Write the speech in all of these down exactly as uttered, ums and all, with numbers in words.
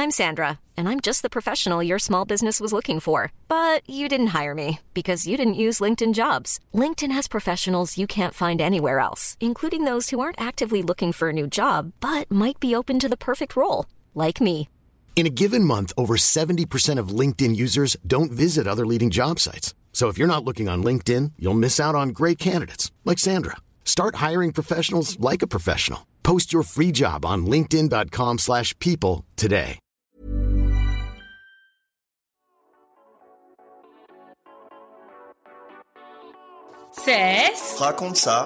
I'm Sandra, and I'm just the professional your small business was looking for. But you didn't hire me because you didn't use LinkedIn Jobs. LinkedIn has professionals you can't find anywhere else, including those who aren't actively looking for a new job, but might be open to the perfect role, like me. In a given month, over seventy percent of LinkedIn users don't visit other leading job sites. So if you're not looking on LinkedIn, you'll miss out on great candidates like Sandra. Start hiring professionals like a professional. Post your free job on linkedin.com slash people today. Cesse. Raconte ça.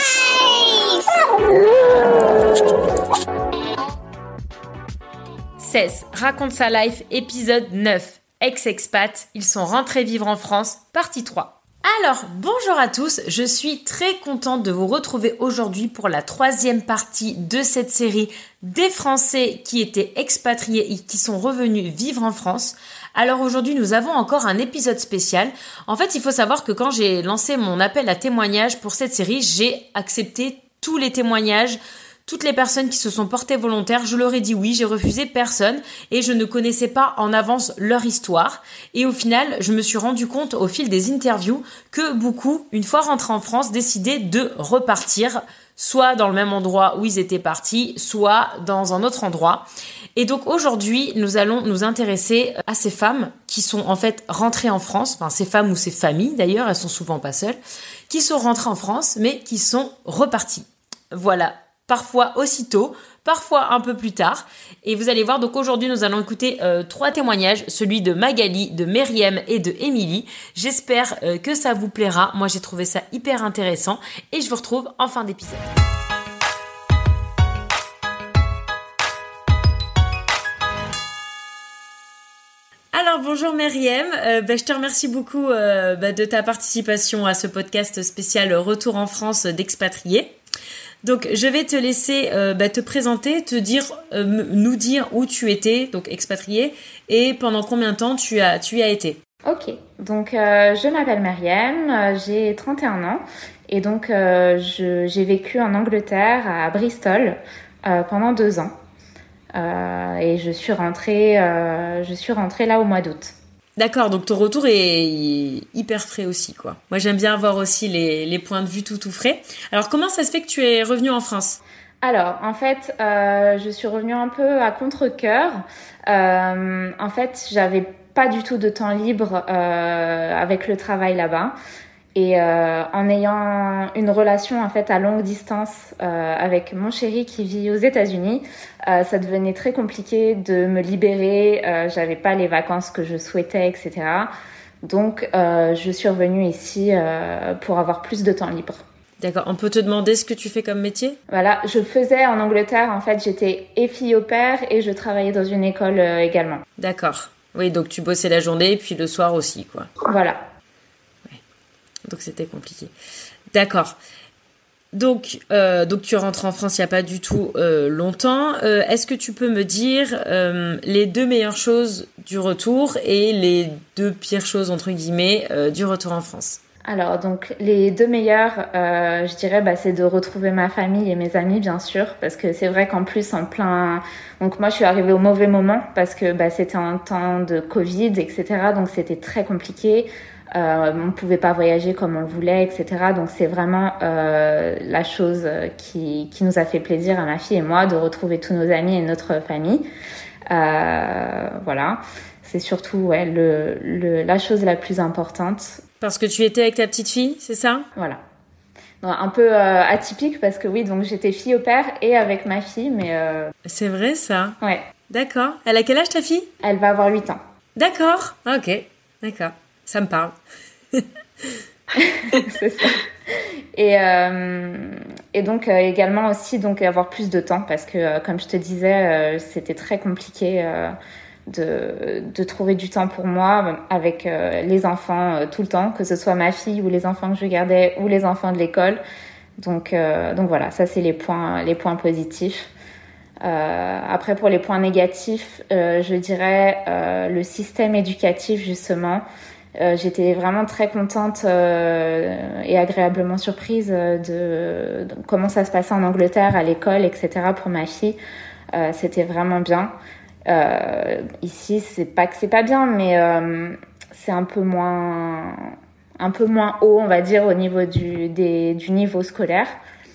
Cesse. Raconte sa life, épisode neuf. Ex-expat, ils sont rentrés vivre en France, partie trois. Alors, bonjour à tous, je suis très contente de vous retrouver aujourd'hui pour la troisième partie de cette série des Français qui étaient expatriés et qui sont revenus vivre en France. Alors aujourd'hui, nous avons encore un épisode spécial. En fait, il faut savoir que quand j'ai lancé mon appel à témoignages pour cette série, j'ai accepté tous les témoignages. Toutes les personnes qui se sont portées volontaires, je leur ai dit oui, j'ai refusé personne et je ne connaissais pas en avance leur histoire. Et au final, je me suis rendu compte au fil des interviews que beaucoup, une fois rentrés en France, décidaient de repartir, soit dans le même endroit où ils étaient partis, soit dans un autre endroit. Et donc aujourd'hui, nous allons nous intéresser à ces femmes qui sont en fait rentrées en France, enfin ces femmes ou ces familles d'ailleurs, elles sont souvent pas seules, qui sont rentrées en France mais qui sont reparties. Voilà. Parfois aussitôt, parfois un peu plus tard. Et vous allez voir, donc aujourd'hui, nous allons écouter euh, trois témoignages, celui de Magali, de Myriam et de Émilie. J'espère euh, que ça vous plaira. Moi, j'ai trouvé ça hyper intéressant et je vous retrouve en fin d'épisode. Alors bonjour Myriam, euh, bah, je te remercie beaucoup euh, bah, de ta participation à ce podcast spécial Retour en France d'expatriés. Donc, je vais te laisser euh, bah, te présenter, te dire, euh, m- nous dire où tu étais, donc expatriée, et pendant combien de temps tu as, tu y as été. Ok, donc euh, je m'appelle Myriam, euh, j'ai trente et un ans, et donc euh, je, j'ai vécu en Angleterre, à Bristol, euh, pendant deux ans. Euh, et je suis rentrée, euh, je suis rentrée là au mois d'août. D'accord, donc ton retour est hyper frais aussi, quoi. Moi, j'aime bien avoir aussi les, les points de vue tout tout frais. Alors, comment ça se fait que tu es revenue en France ? Alors, en fait, euh, je suis revenue un peu à contre-cœur. Euh, en fait, j'avais pas du tout de temps libre euh, avec le travail là-bas. Et euh, en ayant une relation en fait à longue distance euh, avec mon chéri qui vit aux États-Unis, euh, ça devenait très compliqué de me libérer. Euh, j'avais pas les vacances que je souhaitais, et cetera. Donc, euh, je suis revenue ici euh, pour avoir plus de temps libre. D'accord. On peut te demander ce que tu fais comme métier ? Voilà, je faisais en Angleterre. En fait, j'étais et fille au père et je travaillais dans une école euh, également. D'accord. Oui, donc tu bossais la journée et puis le soir aussi, quoi. Voilà. Donc c'était compliqué. D'accord. Donc, euh, donc tu rentres en France il n'y a pas du tout euh, longtemps. Euh, est-ce que tu peux me dire euh, les deux meilleures choses du retour et les deux pires choses, entre guillemets, euh, du retour en France ? Alors, donc, les deux meilleures, euh, je dirais, bah, c'est de retrouver ma famille et mes amis, bien sûr, parce que c'est vrai qu'en plus, en plein... Donc, moi, je suis arrivée au mauvais moment parce que bah, c'était un temps de Covid, et cetera. Donc, c'était très compliqué. Euh, on ne pouvait pas voyager comme on le voulait, et cetera. Donc, c'est vraiment euh, la chose qui, qui nous a fait plaisir à ma fille et moi, de retrouver tous nos amis et notre famille. Euh, voilà. C'est surtout ouais, le, le, la chose la plus importante. Parce que tu étais avec ta petite fille, c'est ça ? Voilà. Donc, un peu euh, atypique parce que oui, donc j'étais fille au père et avec ma fille, mais... Euh... C'est vrai ça ? Ouais. D'accord. Elle a quel âge ta fille ? Elle va avoir huit ans. D'accord. Ok. D'accord. Ça me parle. C'est ça. Et, euh, et donc euh, également aussi donc avoir plus de temps parce que euh, comme je te disais, euh, c'était très compliqué euh, de, de trouver du temps pour moi avec euh, les enfants euh, tout le temps, que ce soit ma fille ou les enfants que je gardais ou les enfants de l'école. Donc, euh, donc voilà, ça c'est les points, les points positifs. Euh, après pour les points négatifs, euh, je dirais euh, le système éducatif justement. Euh, j'étais vraiment très contente euh, et agréablement surprise de, de comment ça se passait en Angleterre à l'école, et cetera pour ma fille. Euh, c'était vraiment bien. Euh, ici, c'est pas que c'est pas bien, mais euh, c'est un peu moins, un peu moins haut, on va dire, au niveau du, des, du niveau scolaire.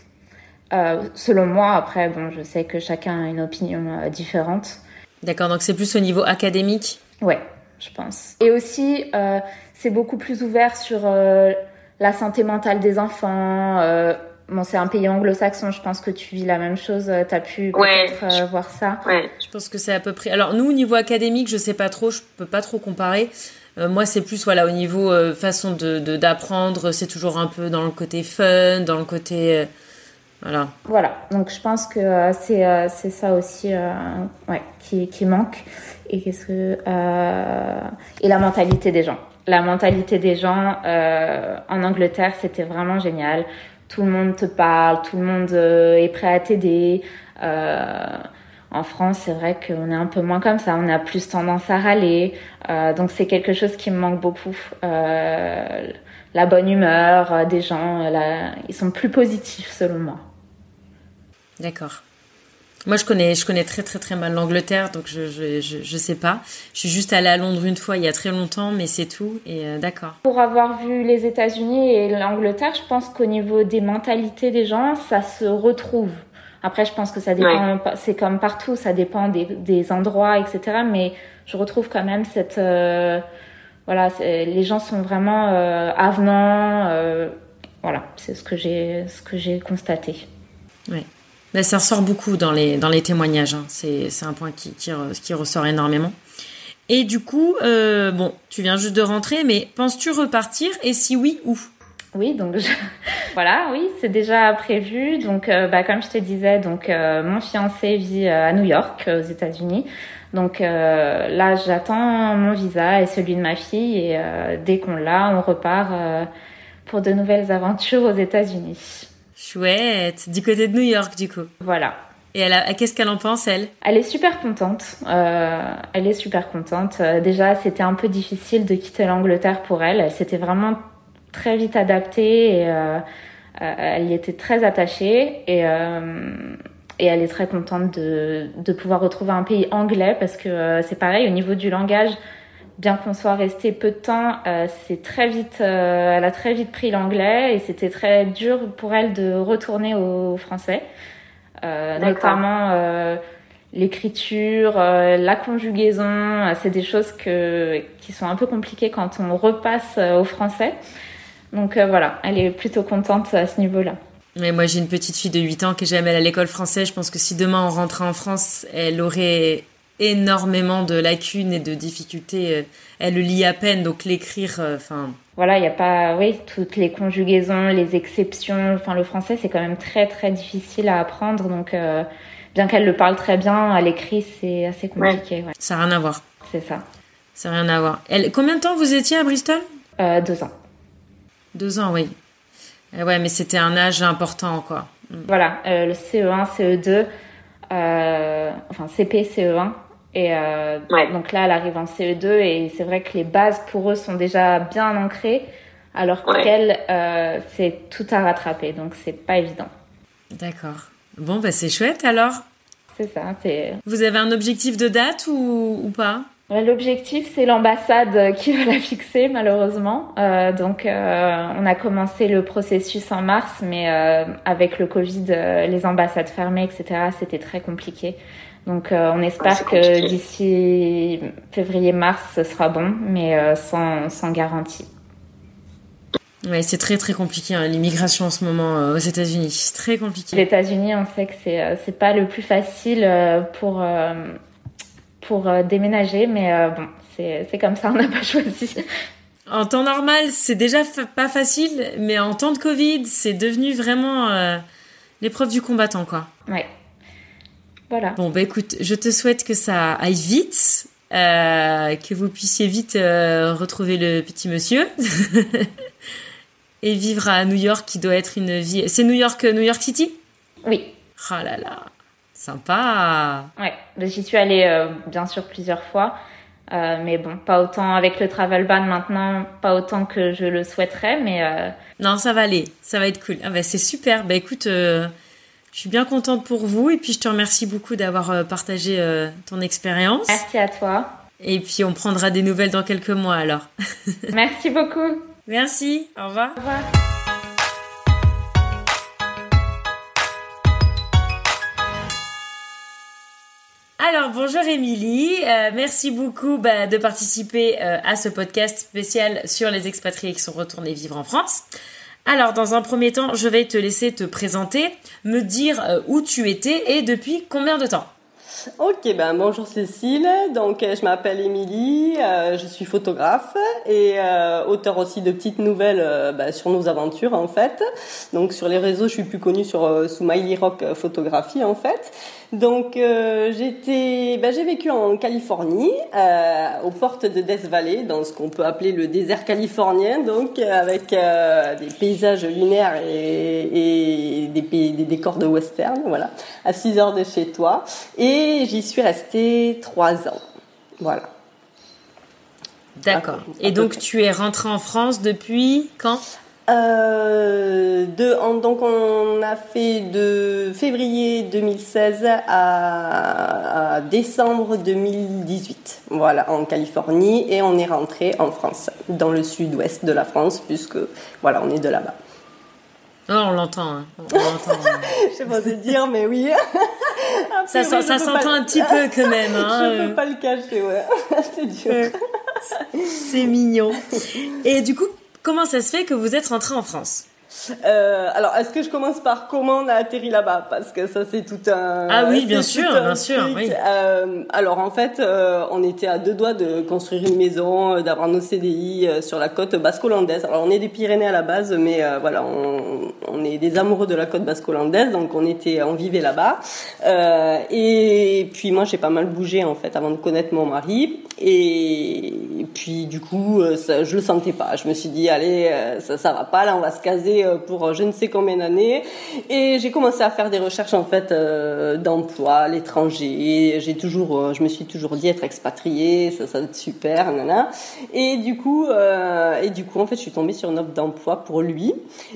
Euh, selon moi, après, bon, je sais que chacun a une opinion euh, différente. D'accord, donc c'est plus au niveau académique ? Ouais, je pense. Et aussi, euh, c'est beaucoup plus ouvert sur euh, la santé mentale des enfants. Euh, bon, c'est un pays anglo-saxon, je pense que tu vis la même chose. T'as pu peut-être ouais, euh, voir ça. Ouais, je pense que c'est à peu près... Alors, nous, au niveau académique, je sais pas trop, je peux pas trop comparer. Euh, moi, c'est plus, voilà, au niveau euh, façon de, de, d'apprendre, c'est toujours un peu dans le côté fun, dans le côté... Euh, voilà. Voilà, donc je pense que euh, c'est, euh, c'est ça aussi euh, ouais, qui, qui manque. Et qu'est-ce que... Euh... Et la mentalité des gens. La mentalité des gens euh, en Angleterre, c'était vraiment génial. Tout le monde te parle, tout le monde euh, est prêt à t'aider. Euh, en France, c'est vrai qu'on est un peu moins comme ça. On a plus tendance à râler. Euh, donc c'est quelque chose qui me manque beaucoup. Euh, la bonne humeur euh, des gens, la... ils sont plus positifs selon moi. D'accord. Moi, je connais, je connais très très très mal l'Angleterre, donc je, je, je, je sais pas. Je suis juste allée à Londres une fois il y a très longtemps, mais c'est tout. Et euh, d'accord. Pour avoir vu les États-Unis et l'Angleterre, je pense qu'au niveau des mentalités des gens, ça se retrouve. Après, je pense que ça dépend, ouais. C'est comme partout, ça dépend des, des endroits, et cetera. Mais je retrouve quand même cette, euh, voilà, c'est, les gens sont vraiment euh, avenants. Euh, voilà, c'est ce que j'ai, ce que j'ai constaté. Ouais. Mais ça ressort beaucoup dans les, dans les témoignages. Hein. C'est, c'est un point qui, qui, qui ressort énormément. Et du coup, euh, bon, tu viens juste de rentrer, mais penses-tu repartir ? Et si oui, où ? Oui, donc je... voilà, oui, c'est déjà prévu. Donc, euh, bah, comme je te disais, donc euh, mon fiancé vit euh, à New York, aux États-Unis. Donc euh, là, j'attends mon visa et celui de ma fille. Et euh, dès qu'on l'a, on repart euh, pour de nouvelles aventures aux États-Unis. Chouette, du côté de New York, du coup. Voilà. Et elle a, qu'est-ce qu'elle en pense, elle ? Elle est super contente. Euh, elle est super contente. Euh, déjà, c'était un peu difficile de quitter l'Angleterre pour elle. Elle s'était vraiment très vite adaptée et euh, euh, elle y était très attachée. Et, euh, et elle est très contente de, de pouvoir retrouver un pays anglais parce que euh, c'est pareil, au niveau du langage, bien qu'on soit resté peu de temps, euh, c'est très vite, euh, elle a très vite pris l'anglais et c'était très dur pour elle de retourner au français. Euh, notamment euh, l'écriture, euh, la conjugaison, euh, c'est des choses que, qui sont un peu compliquées quand on repasse euh, au français. Donc euh, voilà, elle est plutôt contente à ce niveau-là. Mais moi, j'ai une petite fille de huit ans qui est jamais allée à l'école française. Je pense que si demain on rentrait en France, elle aurait énormément de lacunes et de difficultés. Elle le lit à peine, donc l'écrire, enfin... Euh, voilà, il n'y a pas, oui, toutes les conjugaisons, les exceptions. Enfin, le français, c'est quand même très, très difficile à apprendre. Donc, euh, bien qu'elle le parle très bien, à l'écrit, c'est assez compliqué. Ouais. Ouais. Ça n'a rien à voir. C'est ça. Ça n'a rien à voir. Elle, combien de temps vous étiez à Bristol ? euh, Deux ans. Deux ans, oui. Euh, ouais, mais c'était un âge important, quoi. Voilà, euh, le C E un, C E deux, euh, enfin C P, C E un. Et euh, ouais. Donc là, elle arrive en C E deux et c'est vrai que les bases pour eux sont déjà bien ancrées, alors ouais. qu'elle, euh, c'est tout à rattraper, donc c'est pas évident. D'accord. Bon, bah c'est chouette alors. C'est ça. C'est... Vous avez un objectif de date ou, ou pas ? L'objectif, c'est l'ambassade qui va la fixer, malheureusement. Euh, donc, euh, on a commencé le processus en mars, mais euh, avec le Covid, euh, les ambassades fermées, et cetera, c'était très compliqué. Donc, euh, on espère ah, que compliqué. D'ici février-mars, ce sera bon, mais euh, sans, sans garantie. Ouais, c'est très très compliqué hein, l'immigration en ce moment euh, aux États-Unis. C'est très compliqué. Aux États-Unis, on sait que c'est euh, c'est pas le plus facile euh, pour euh, pour euh, déménager, mais euh, bon, c'est c'est comme ça, on n'a pas choisi. En temps normal, c'est déjà fa- pas facile, mais en temps de Covid, c'est devenu vraiment euh, l'épreuve du combattant, quoi. Ouais. Voilà. Bon, bah écoute, je te souhaite que ça aille vite, euh, que vous puissiez vite euh, retrouver le petit monsieur et vivre à New York, qui doit être une vie... C'est New York, New York City ? Oui. Oh là là, sympa. Ouais, j'y suis allée euh, bien sûr plusieurs fois, euh, mais bon, pas autant avec le travel ban maintenant, pas autant que je le souhaiterais, mais... Euh... Non, ça va aller, ça va être cool. Ah bah c'est super, bah écoute... Euh... Je suis bien contente pour vous et puis je te remercie beaucoup d'avoir partagé euh, ton expérience. Merci à toi. Et puis on prendra des nouvelles dans quelques mois alors. Merci beaucoup. Merci, au revoir. Au revoir. Alors bonjour Émilie, euh, merci beaucoup bah, de participer euh, à ce podcast spécial sur les expatriés qui sont retournés vivre en France. Alors dans un premier temps, je vais te laisser te présenter, me dire euh, où tu étais et depuis combien de temps. Ok, ben bonjour Cécile, donc je m'appelle Émilie, euh, je suis photographe et euh, auteur aussi de petites nouvelles euh, ben, sur nos aventures en fait. Donc sur les réseaux, je suis plus connue sur euh, Smiley Rock Photographie en fait. Donc euh, j'étais, ben, j'ai vécu en Californie, euh, aux portes de Death Valley, dans ce qu'on peut appeler le désert californien, donc avec euh, des paysages lunaires et, et des, des décors de western, voilà, à six heures de chez toi. Et j'y suis restée trois ans, voilà. D'accord. Et donc tu es rentrée en France depuis quand ? Euh, de, en, donc on a fait de février deux mille seize à, à décembre deux mille dix-huit, voilà, en Californie, et on est rentré en France, dans le sud-ouest de la France, puisque voilà, on est de là-bas. Oh, on l'entend, hein. On l'entend. Je sais pas te dire, mais oui. Ça, ça, ça s'entend pas... un petit peu quand même. Hein. Je peux pas le cacher, ouais. C'est dur. C'est mignon. Et du coup, comment ça se fait que vous êtes rentré en France ? Euh, alors, est-ce que je commence par comment on a atterri là-bas ? Parce que ça, c'est tout un... Ah oui, bien sûr, bien sûr, oui. Euh, alors, en fait, euh, on était à deux doigts de construire une maison, d'avoir nos C D I euh, sur la côte basco-landaise. Alors, on est des Pyrénées à la base, mais euh, voilà, on, on est des amoureux de la côte basco-landaise, donc on était, on vivait là-bas. Euh, et puis, moi, j'ai pas mal bougé, en fait, avant de connaître mon mari. Et, et puis, du coup, ça, je le sentais pas. Je me suis dit, allez, ça, ça va pas, là, on va se caser pour je ne sais combien d'années, et j'ai commencé à faire des recherches en fait euh, d'emploi à l'étranger. J'ai toujours, euh, je me suis toujours dit être expatriée, ça, ça va être super, nana. Et du coup, euh, et du coup en fait, je suis tombée sur une offre d'emploi pour lui,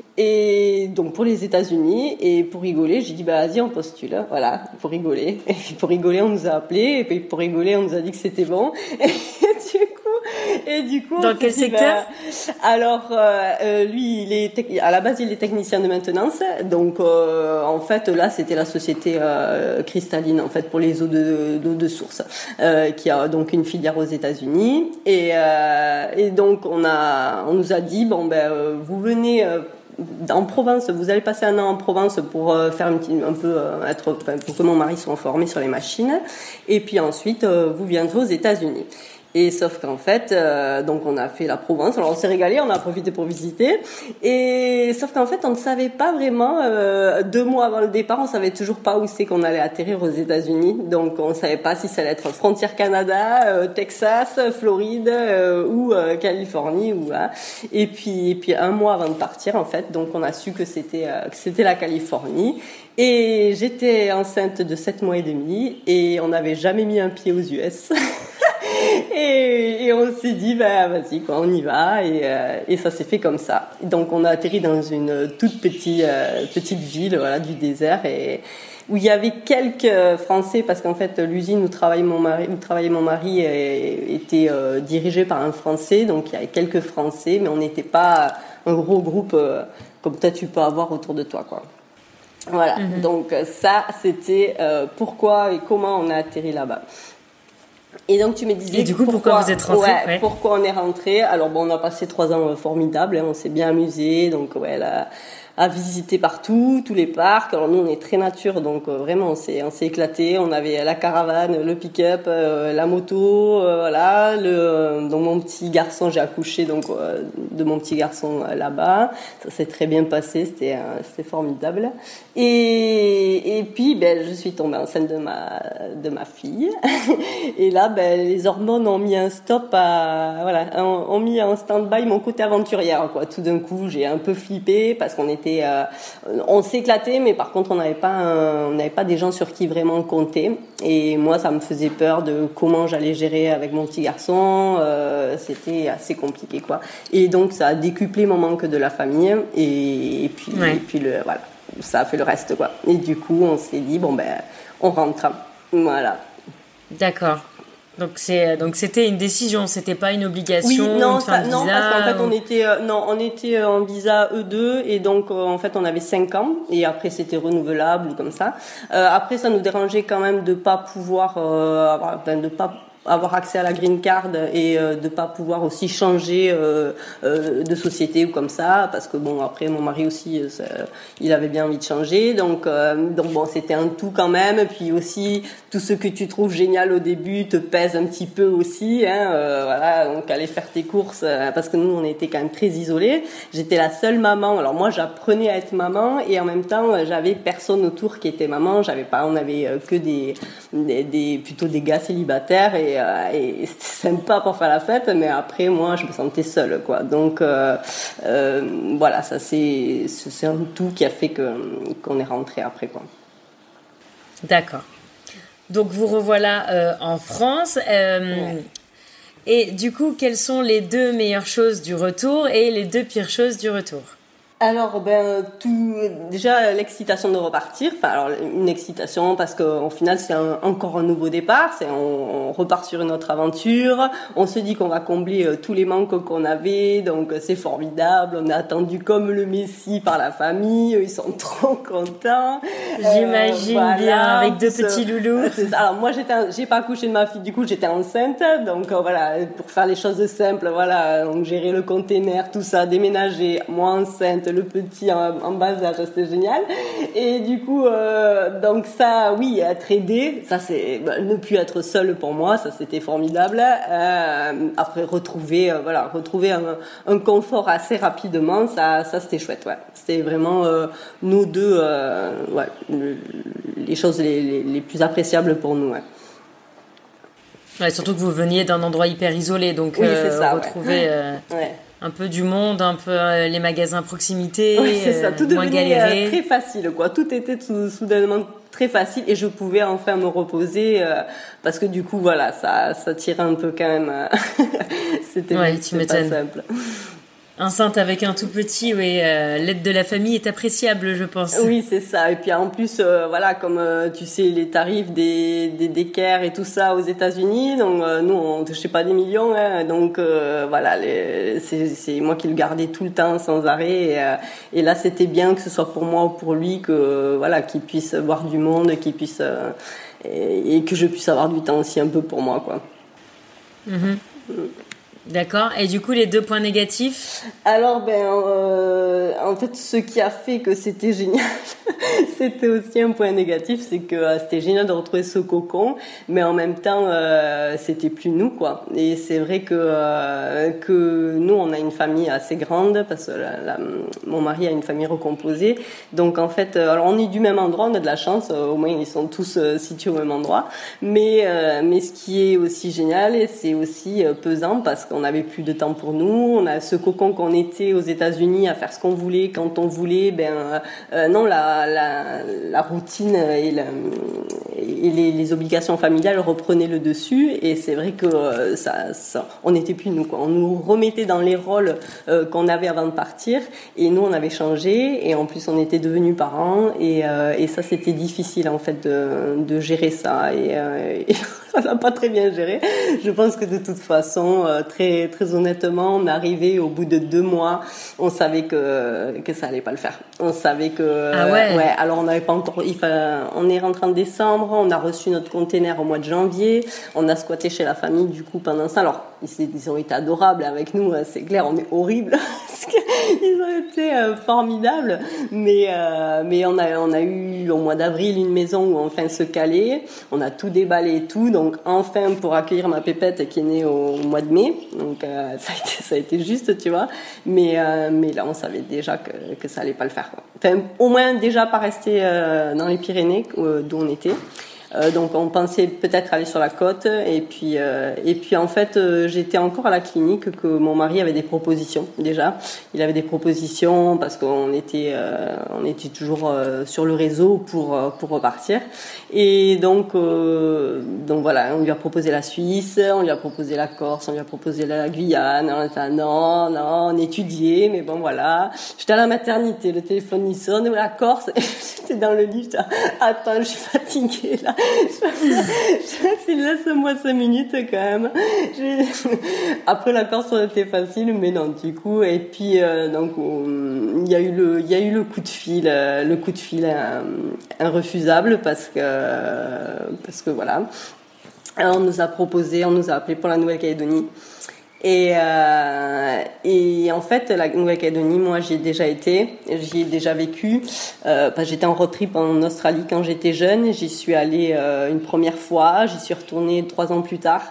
et donc pour les États-Unis. Et pour rigoler, j'ai dit bah vas-y on postule, voilà, pour rigoler. Et puis pour rigoler, on nous a appelés, et puis pour rigoler, on nous a dit que c'était bon. Et du coup, et du coup, dans quel dit, secteur bah, alors euh, lui, il est tec- à la base, il est technicien de maintenance. Donc, euh, en fait, là, c'était la société euh, cristalline, en fait, pour les eaux de, d'eau de source, euh, qui a donc une filière aux États-Unis. Et, euh, et donc, on a, on nous a dit, bon, ben, euh, vous venez. Euh, en Provence, vous allez passer un an en Provence pour euh, faire un, petit, un peu euh, être, pour que mon mari soit formé sur les machines. Et puis ensuite, euh, vous viendrez aux États-Unis. Et sauf qu'en fait, euh, donc on a fait la Provence. Alors on s'est régalé, on a profité pour visiter. Et sauf qu'en fait, on ne savait pas vraiment. Euh, deux mois avant le départ, on savait toujours pas où c'est qu'on allait atterrir aux États-Unis. Donc on savait pas si ça allait être frontière Canada, euh, Texas, Floride euh, ou euh, Californie ou là. Et puis, et puis un mois avant de partir, en fait, donc on a su que c'était euh, que c'était la Californie. Et j'étais enceinte de sept mois et demi et on n'avait jamais mis un pied aux U S. Et, et on s'est dit, bah, vas-y, quoi, on y va. Et, euh, et ça s'est fait comme ça. Donc, on a atterri dans une toute petite, euh, petite ville, voilà, du désert, et où il y avait quelques Français, parce qu'en fait, l'usine où travaillait mon mari, où travaillait mon mari et, était euh, dirigée par un Français. Donc, il y avait quelques Français, mais on n'était pas un gros groupe euh, comme peut-être tu peux avoir autour de toi, quoi. Voilà. Mm-hmm. Donc, ça, c'était euh, pourquoi et comment on a atterri là-bas. Et donc tu me disais et du coup pourquoi, pourquoi vous êtes rentré ouais, ouais. Pourquoi on est rentré. Alors bon, on a passé trois ans formidables, hein, on s'est bien amusé, donc ouais là, à visiter partout, tous les parcs. Alors nous on est très nature, donc euh, vraiment on s'est on s'est éclaté. On avait la caravane, le pick-up, euh, la moto, euh, voilà. Le euh, donc mon petit garçon, j'ai accouché donc euh, de mon petit garçon euh, là-bas. Ça s'est très bien passé, c'était euh, c'était formidable. Et et puis ben je suis tombée enceinte de ma de ma fille. Et là ben les hormones ont mis un stop à voilà, ont, ont mis en stand-by mon côté aventurière, quoi. Tout d'un coup, j'ai un peu flippé parce qu'on était Euh, on s'éclatait, mais par contre on n'avait pas un, on n'avait pas des gens sur qui vraiment compter. Et moi ça me faisait peur de comment j'allais gérer avec mon petit garçon. Euh, c'était assez compliqué, quoi. Et donc ça a décuplé mon manque de la famille. Et, et puis, ouais. et puis le voilà. ça a fait le reste, quoi. Et du coup, on s'est dit, bon, ben, on rentre. Voilà. D'accord. Donc c'est donc c'était une décision, c'était pas une obligation. Oui, non, une fin ça, de non, visa, parce qu'en fait ou... on était euh, non, on était en visa E deux et donc euh, en fait on avait cinq ans et après c'était renouvelable ou comme ça. Euh, après ça nous dérangeait quand même de pas pouvoir euh, avoir, ben, de pas avoir accès à la green card et euh, de pas pouvoir aussi changer euh, euh, de société ou comme ça, parce que bon après mon mari aussi euh, ça, il avait bien envie de changer, donc euh, donc bon c'était un tout quand même. Et puis aussi tout ce que tu trouves génial au début te pèse un petit peu aussi, hein, euh, voilà, donc aller faire tes courses euh, parce que nous on était quand même très isolés. J'étais la seule maman, alors moi j'apprenais à être maman et en même temps j'avais personne autour qui était maman, j'avais pas, on avait euh, que des, des des plutôt des gars célibataires et et c'était sympa pour faire la fête, mais après moi je me sentais seule, quoi. Donc euh, euh, voilà, ça c'est c'est un tout qui a fait que qu'on est rentré après, quoi. D'accord. Donc vous revoilà euh, en France. Euh, ouais. Et du coup, quelles sont les deux meilleures choses du retour et les deux pires choses du retour ? Alors ben tout déjà l'excitation de repartir, enfin alors une excitation parce que au final c'est un, encore un nouveau départ, c'est on, on repart sur une autre aventure, on se dit qu'on va combler euh, tous les manques qu'on avait, donc c'est formidable, on est attendu comme le Messie par la famille, ils sont trop contents. J'imagine euh, voilà, bien avec deux petits loulous. C'est ça. Alors moi j'étais j'ai pas accouché de ma fille, du coup j'étais enceinte, donc euh, voilà, pour faire les choses simples, voilà, donc gérer le container, tout ça, déménager, moi enceinte, le petit en, en bas âge, c'était génial. Et du coup, euh, donc ça, oui, être aidée, ça c'est bah, ne plus être seule pour moi, ça c'était formidable. Euh, après retrouver, euh, voilà, retrouver un, un confort assez rapidement, ça, ça c'était chouette, ouais. C'était vraiment euh, nous deux, euh, ouais, le, les choses les, les, les plus appréciables pour nous, ouais. Ouais, surtout que vous veniez d'un endroit hyper isolé, donc oui, c'est euh, ça, retrouver. Ouais. Euh... Ouais. Un peu du monde, un peu euh, les magasins proximité, oui, c'est ça. Tout euh, moins devenait galéré. Euh, très facile, quoi. Tout était tout, soudainement très facile et je pouvais enfin me reposer euh, parce que du coup, voilà, ça, ça tirait un peu quand même. Euh, c'était ouais, c'était pas simple. Enceinte avec un tout petit, oui, euh, l'aide de la famille est appréciable, je pense. Oui, c'est ça. Et puis en plus, euh, voilà, comme euh, tu sais, les tarifs des des daycare et tout ça aux États-Unis, donc euh, nous on touchait pas des millions, hein, donc euh, voilà, les, c'est c'est moi qui le gardais tout le temps sans arrêt. Et, euh, et là, c'était bien que ce soit pour moi ou pour lui que voilà, qu'il puisse voir du monde, qu'il puisse euh, et, et que je puisse avoir du temps aussi un peu pour moi, quoi. Mm-hmm. Mm. D'accord. Et du coup, les deux points négatifs ? Alors, ben, euh, en fait, ce qui a fait que c'était génial, c'était aussi un point négatif, c'est que euh, c'était génial de retrouver ce cocon, mais en même temps, euh, c'était plus nous, quoi. Et c'est vrai que euh, que nous, on a une famille assez grande parce que la, la, mon mari a une famille recomposée. Donc, en fait, euh, alors on est du même endroit, on a de la chance, euh, au moins ils sont tous euh, situés au même endroit. Mais euh, mais ce qui est aussi génial, et c'est aussi euh, pesant parce que on n'avait plus de temps pour nous, on a ce cocon qu'on était aux États-Unis à faire ce qu'on voulait quand on voulait, ben euh, non la, la la routine et, la, et les, les obligations familiales reprenaient le dessus et c'est vrai que euh, ça, ça on n'était plus nous, quoi. On nous remettait dans les rôles euh, qu'on avait avant de partir et nous on avait changé et en plus on était devenus parents et euh, et ça c'était difficile en fait de de gérer ça et, euh, et on n'a pas très bien géré. Je pense que de toute façon euh, très Très honnêtement, on est arrivé au bout de deux mois, on savait que que ça allait pas le faire. On savait que ah ouais. ouais. Alors on n'avait pas encore. Il fallait, on est rentré en décembre, on a reçu notre container au mois de janvier, on a squatté chez la famille du coup pendant ça. Alors ils, ils ont été adorables avec nous, c'est clair, on est horrible parce qu'ils ont été euh, formidables. Mais euh, mais on a on a eu au mois d'avril une maison où enfin se caler. On a tout déballé et tout, donc enfin pour accueillir ma pépette qui est née au mois de mai. Donc euh, ça a été ça a été juste, tu vois, mais euh, mais là on savait déjà que que ça allait pas le faire, quoi. Enfin au moins déjà pas rester euh, dans les Pyrénées euh, d'où on était. Euh, donc on pensait peut-être aller sur la côte et puis euh, et puis en fait euh, j'étais encore à la clinique que mon mari avait des propositions déjà. Il avait des propositions parce qu'on était euh, on était toujours euh, sur le réseau pour euh, pour repartir et donc euh, donc voilà, on lui a proposé la Suisse, on lui a proposé la Corse, on lui a proposé la Guyane. On a dit non non on étudiait mais bon voilà. J'étais à la maternité, le téléphone il sonne, la Corse, j'étais dans le lit, j'étais, attends je suis fatiguée là. Je laisse-moi cinq minutes quand même. J'ai... Après la Corse ça a été facile, mais non du coup. Et puis euh, donc il y a eu le, il y a eu le coup de fil, euh, le coup de fil euh, irrefusable parce que euh, parce que voilà. Alors, on nous a proposé, on nous a appelé pour la Nouvelle-Calédonie. Et, euh, et en fait, la Nouvelle-Calédonie, moi, j'y ai déjà été, j'y ai déjà vécu. Euh, parce que j'étais en road trip en Australie quand j'étais jeune. J'y suis allée euh, une première fois, j'y suis retournée trois ans plus tard.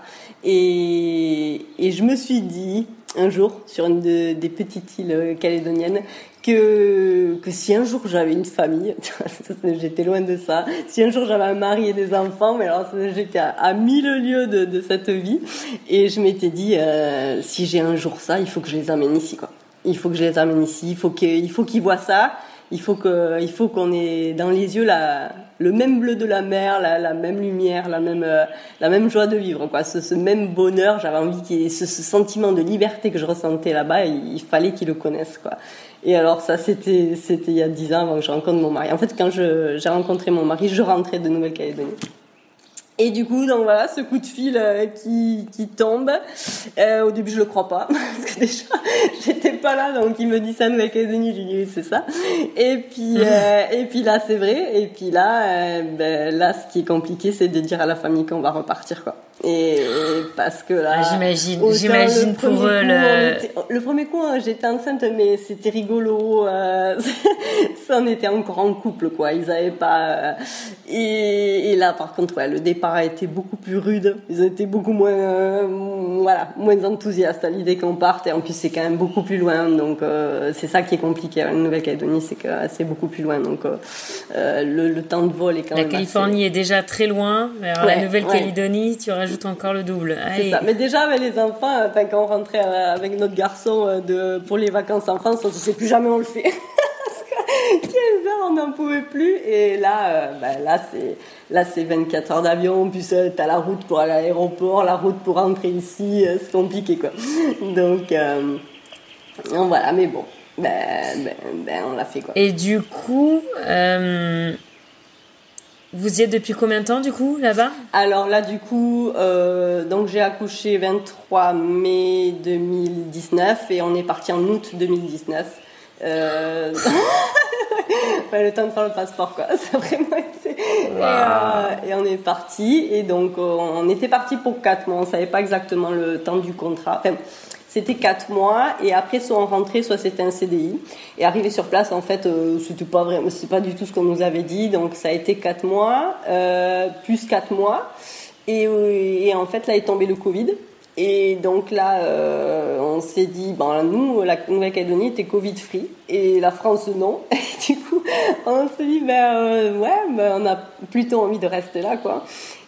Et, et je me suis dit, un jour, sur une de, des petites îles calédoniennes, que, que si un jour j'avais une famille, j'étais loin de ça, si un jour j'avais un mari et des enfants, mais alors j'étais à, à mille lieues de, de cette vie, et je m'étais dit, euh, si j'ai un jour ça, il faut que je les amène ici, quoi. Il faut que je les amène ici, il faut qu'ils, il faut qu'ils voient ça, il faut que, il faut qu'on ait dans les yeux la, le même bleu de la mer, la, la même lumière, la même, euh, la même joie de vivre, quoi. Ce, ce même bonheur, j'avais envie qu'il y ait ce, ce sentiment de liberté que je ressentais là-bas, il, il fallait qu'ils le connaissent, quoi. Et alors ça, c'était, c'était il y a dix ans avant que je rencontre mon mari. En fait, quand je, j'ai rencontré mon mari, je rentrais de Nouvelle-Calédonie. Et du coup, donc voilà, ce coup de fil euh, qui qui tombe. Euh, au début, je le crois pas parce que déjà, j'étais pas là, donc il me dit ça, Nouvelle-Calédonie, je lui dis oui, c'est ça. Et puis euh, et puis là, c'est vrai. Et puis là, euh, ben là, ce qui est compliqué, c'est de dire à la famille qu'on va repartir, quoi. Et, et parce que là, ah, j'imagine, j'imagine pour eux coup, le. Était, le premier coup, hein, j'étais enceinte, mais c'était rigolo. Euh, ça, on était encore en couple, quoi. Ils avaient pas. Euh, et, et là, par contre, ouais, le départ a été beaucoup plus rude. Ils ont été beaucoup moins, euh, voilà, moins enthousiastes à l'idée qu'on parte. Et en plus, c'est quand même beaucoup plus loin. Donc, euh, c'est ça qui est compliqué avec la Nouvelle-Calédonie, c'est que c'est beaucoup plus loin. Donc, euh, le, le temps de vol est quand la même. La Californie assez... est déjà très loin. Alors, ouais, la Nouvelle-Calédonie, ouais. Tu rajoutes encore le double. C'est Allez. Ça. Mais déjà, avec les enfants, enfin, quand on rentrait avec notre garçon de, pour les vacances en France, on ne sait plus jamais on le fait. quinze heures, on n'en pouvait plus. Et là, euh, ben là, c'est, là, c'est vingt-quatre heures d'avion. En plus, euh, t'as la route pour aller à l'aéroport, la route pour rentrer ici. Euh, c'est compliqué, quoi. Donc, euh, donc, voilà. Mais bon, ben, ben, ben, on l'a fait, quoi. Et du coup, euh, vous y êtes depuis combien de temps, du coup, là-bas ? Alors là, du coup, euh, donc j'ai accouché vingt-trois mai deux mille dix-neuf et on est parti en août deux mille dix-neuf. Euh... ouais, le temps de faire le passeport, quoi. Ça a vraiment été. Wow. Et, euh, et on est parti. Et donc, on était parti pour quatre mois. On savait pas exactement le temps du contrat. Enfin, c'était quatre mois. Et après, soit on rentrait, soit c'était un C D I. Et arrivé sur place, en fait, euh, c'était pas vraiment, c'est pas du tout ce qu'on nous avait dit. Donc, ça a été quatre mois, euh, plus quatre mois. Et, et en fait, là est tombé le Covid. Et donc là, euh, on s'est dit, bon, nous, la Nouvelle-Calédonie était Covid-free et la France, non. Et du coup, on s'est dit, ben euh, ouais, ben, on a plutôt envie de rester là, quoi.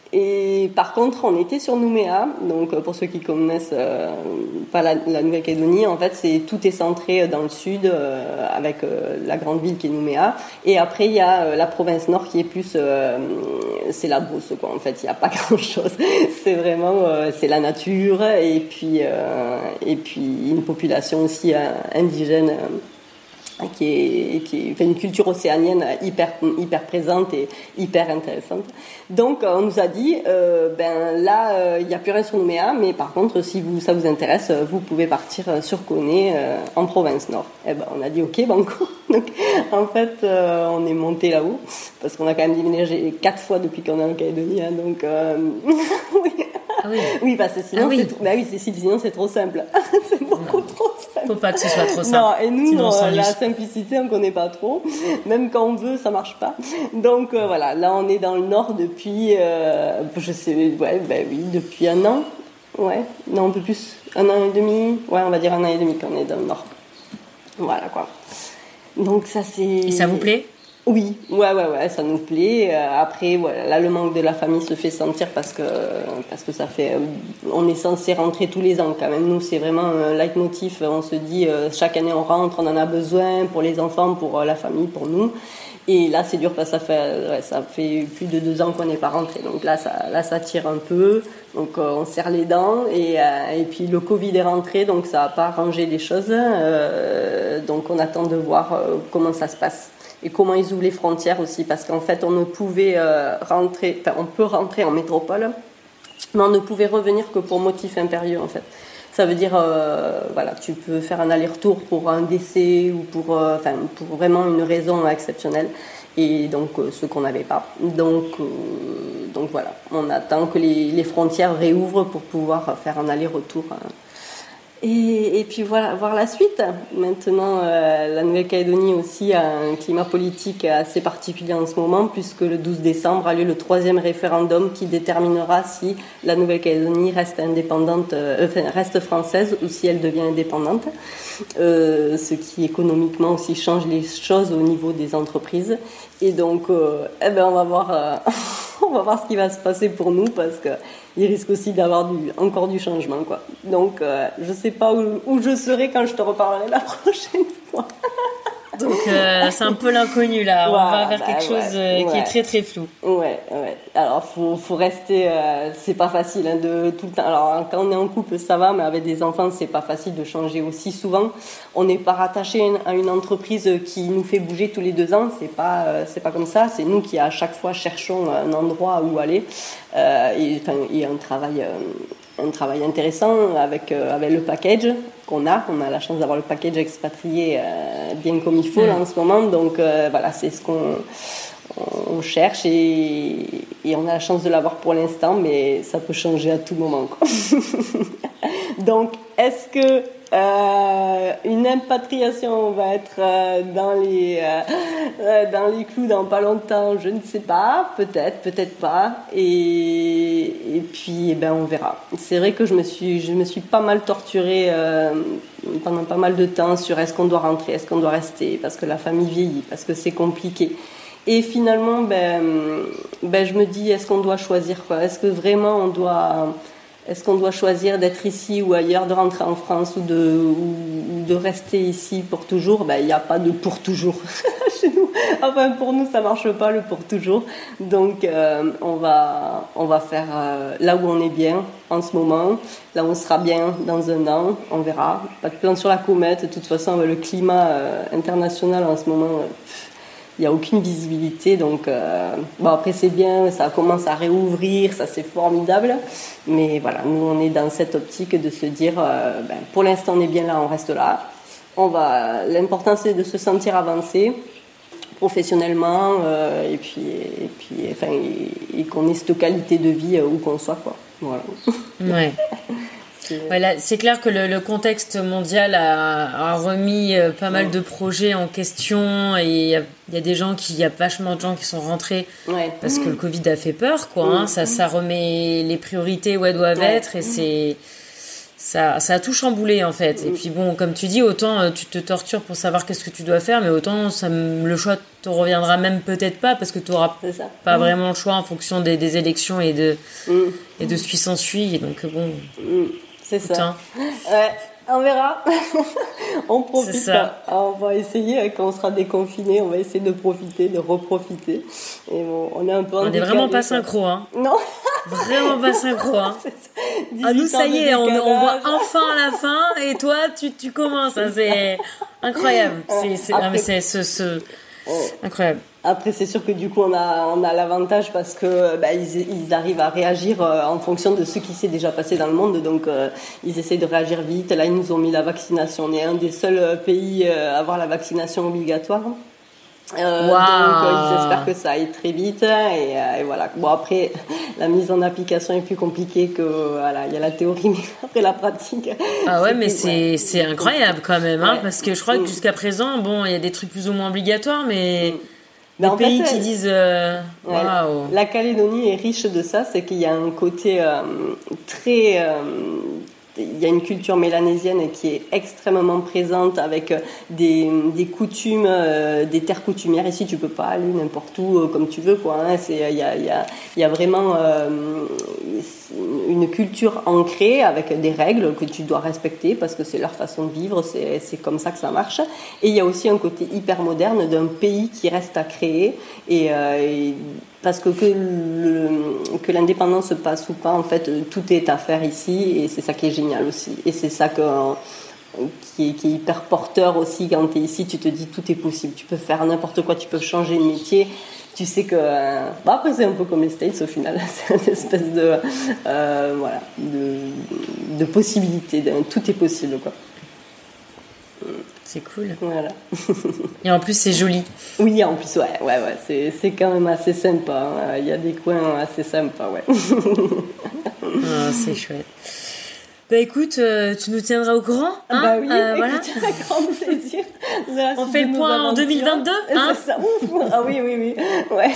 Et par contre, on était sur Nouméa. Donc, pour ceux qui connaissent euh, pas la, la Nouvelle-Calédonie, en fait, c'est tout est centré dans le sud, euh, avec euh, la grande ville qui est Nouméa. Et après, il y a euh, la province nord qui est plus, euh, c'est la brousse, quoi. En fait, il y a pas grand-chose. C'est vraiment, euh, c'est la nature et puis euh, et puis une population aussi euh, indigène. Euh, qui est, qui est enfin, une culture océanienne hyper, hyper présente et hyper intéressante. Donc, on nous a dit, euh, ben là, il euh, n'y a plus rien sur Nouméa, mais par contre, si vous, ça vous intéresse, vous pouvez partir sur Koné, euh, en province nord. Et ben, on a dit, ok, banco. Donc, en fait, euh, on est monté là-haut, parce qu'on a quand même déménagé quatre fois depuis qu'on est en Calédonie, hein, donc, euh, oui. Ah oui. Oui, parce que sinon, ah oui. c'est, bah oui, Cécile, sinon c'est trop simple. C'est beaucoup non. trop simple. Faut pas que ce soit trop simple. Non, et nous, sinon, euh, la simplicité, on connaît pas trop. Même quand on veut, ça marche pas. Donc, euh, voilà, là, on est dans le nord depuis, euh, je sais, ouais, bah oui, depuis un an. Ouais, non, un peu plus. Un an et demi. Ouais, on va dire un an et demi qu'on est dans le nord. Voilà, quoi. Donc, ça, c'est... Et ça vous plaît ? Oui, ouais, ouais, ouais, ça nous plaît. Euh, après, voilà, là, le manque de la famille se fait sentir parce que, parce que ça fait, euh, on est censé rentrer tous les ans quand même. Nous, c'est vraiment un leitmotiv. On se dit, euh, chaque année on rentre, on en a besoin pour les enfants, pour euh, la famille, pour nous. Et là, c'est dur parce que ça fait, ouais, ça fait plus de deux ans qu'on n'est pas rentré. Donc là, ça, là, ça tire un peu. Donc euh, on serre les dents. Et, euh, et puis le Covid est rentré, donc ça n'a pas arrangé les choses. Euh, donc on attend de voir euh, comment ça se passe. Et comment ils ouvrent les frontières aussi, parce qu'en fait, on ne pouvait euh, rentrer, enfin, on peut rentrer en métropole, mais on ne pouvait revenir que pour motif impérieux, en fait. Ça veut dire, euh, voilà, tu peux faire un aller-retour pour un décès ou pour, euh, enfin, pour vraiment une raison exceptionnelle, et donc euh, ce qu'on n'avait pas. Donc, euh, donc voilà, on attend que les, les frontières réouvrent pour pouvoir faire un aller-retour. Hein. Et, et puis voilà, voir la suite. Maintenant, euh, la Nouvelle-Calédonie aussi a un climat politique assez particulier en ce moment, puisque le douze décembre a lieu le troisième référendum qui déterminera si la Nouvelle-Calédonie reste indépendante, euh, enfin, reste française ou si elle devient indépendante. Euh, ce qui économiquement aussi change les choses au niveau des entreprises. Et donc, euh, eh ben, on va voir, euh, on va voir ce qui va se passer pour nous, parce que il risque aussi d'avoir du, encore du changement, quoi. Donc, euh, je sais pas où, où je serai quand je te reparlerai la prochaine fois. Donc, euh, c'est un peu l'inconnu, là. Ouais, on va vers bah, quelque ouais, chose euh, qui ouais. est très, très flou. Ouais, ouais. Alors, faut, faut rester, euh, c'est pas facile, hein, de tout le temps. Alors, quand on est en couple, ça va, mais avec des enfants, c'est pas facile de changer aussi souvent. On n'est pas rattaché à une entreprise qui nous fait bouger tous les deux ans. C'est pas, euh, c'est pas comme ça. C'est nous qui, à chaque fois, cherchons un endroit où aller. Euh, et, enfin, et un travail, euh, un travail intéressant avec, euh, avec le package qu'on a. On a la chance d'avoir le package expatrié euh, bien comme il faut, mmh. là, en ce moment. Donc, euh, voilà, c'est ce qu'on on cherche et, et on a la chance de l'avoir pour l'instant, mais ça peut changer à tout moment, quoi. Donc, est-ce que euh, une impatriation va être euh, dans les euh, dans les clous dans pas longtemps? Je ne sais pas, peut-être, peut-être pas. Et, et puis, eh ben, on verra. C'est vrai que je me suis je me suis pas mal torturée euh, pendant pas mal de temps sur est-ce qu'on doit rentrer, est-ce qu'on doit rester, parce que la famille vieillit, parce que c'est compliqué. Et finalement, ben, ben, je me dis, est-ce qu'on doit choisir, quoi? Est-ce que vraiment on doit, est-ce qu'on doit choisir d'être ici ou ailleurs, de rentrer en France ou de, ou, ou de rester ici pour toujours? Ben, il n'y a pas de pour toujours chez nous. Enfin, pour nous, ça marche pas, le pour toujours. Donc, euh, on va, on va faire euh, là où on est bien en ce moment. Là où on sera bien dans un an, on verra. Pas de plan sur la comète. De toute façon, avec le climat euh, international en ce moment, euh, il n'y a aucune visibilité, donc euh, bon, après c'est bien, ça commence à réouvrir, ça c'est formidable, mais voilà, nous on est dans cette optique de se dire, euh, ben, pour l'instant on est bien là, on reste là, on va, l'important c'est de se sentir avancé professionnellement, euh, et puis, et puis enfin, et, et qu'on ait cette qualité de vie euh, où qu'on soit, quoi. Voilà. Ouais. Ouais, là, c'est clair que le, le contexte mondial a, a remis euh, pas mal de projets en question, et il y a, y a des gens qui, il y a vachement de gens qui sont rentrés ouais. parce que le Covid a fait peur, quoi. Hein. Ça, ça remet les priorités où elles doivent ouais. être, et c'est ça, ça a tout chamboulé en fait. Et puis bon, comme tu dis, autant euh, tu te tortures pour savoir qu'est-ce que tu dois faire, mais autant ça, le choix te reviendra même peut-être pas, parce que tu auras pas mmh. vraiment le choix en fonction des, des élections et de mmh. et de ce qui s'ensuit. Et donc bon. Mmh. C'est ça. Ouais, on verra. On profite. C'est ça. On va essayer, quand on sera déconfiné, on va essayer de profiter, de reprofiter. Et bon, on est un peu en On n'est vraiment pas synchro, hein. Non. Vraiment pas synchro, hein. Ah, nous, ça y est, on, on voit enfin la fin, et toi, tu, tu commences. C'est, c'est incroyable. C'est, c'est, Après... non, mais c'est ce, ce... Oh. Incroyable. Après, c'est sûr que du coup, on a, on a l'avantage parce que bah, ils, ils arrivent à réagir euh, en fonction de ce qui s'est déjà passé dans le monde. Donc, euh, ils essaient de réagir vite. Là, ils nous ont mis la vaccination. On est un des seuls pays euh, à avoir la vaccination obligatoire. Euh, wow. Donc, euh, ils espèrent que ça aille très vite. Et, euh, et voilà. Bon, après, la mise en application est plus compliquée que voilà. Il y a la théorie, mais après la pratique. Ah ouais, c'est mais plus, c'est ouais. c'est incroyable quand même, hein, ouais. parce que je crois que mmh. jusqu'à présent, bon, il y a des trucs plus ou moins obligatoires, mais mmh. Des ben, pays fait, qui disent euh, ouais, wow. La Calédonie est riche de ça, c'est qu'il y a un côté euh, très, euh, il y a une culture mélanésienne qui est extrêmement présente avec des, des coutumes, euh, des terres coutumières. Ici, tu peux pas aller n'importe où euh, comme tu veux, quoi. Hein. C'est, il y a, il y a, il y a vraiment euh, une culture ancrée avec des règles que tu dois respecter parce que c'est leur façon de vivre, c'est, c'est comme ça que ça marche. Et il y a aussi un côté hyper moderne d'un pays qui reste à créer et, euh, et parce que que, le, que l'indépendance se passe ou pas, en fait, tout est à faire ici et c'est ça qui est génial aussi. Et c'est ça que, qui, est, qui est hyper porteur aussi quand tu es ici, tu te dis tout est possible, tu peux faire n'importe quoi, tu peux changer de métier. Tu sais que... Bah après, c'est un peu comme les States au final, c'est une espèce de, euh, voilà, de, de possibilité, de, tout est possible, quoi. C'est cool. Voilà. Et en plus, c'est joli. Oui, en plus, ouais, ouais, ouais, c'est, c'est quand même assez sympa. Il y a des coins assez sympas, ouais. Ah, c'est chouette. Bah écoute, euh, tu nous tiendras au courant, hein. Bah oui, euh, voilà. avec grand plaisir. On fait le point en deux mille vingt-deux, hein. C'est ça. Ah oui, oui, oui. Ouais.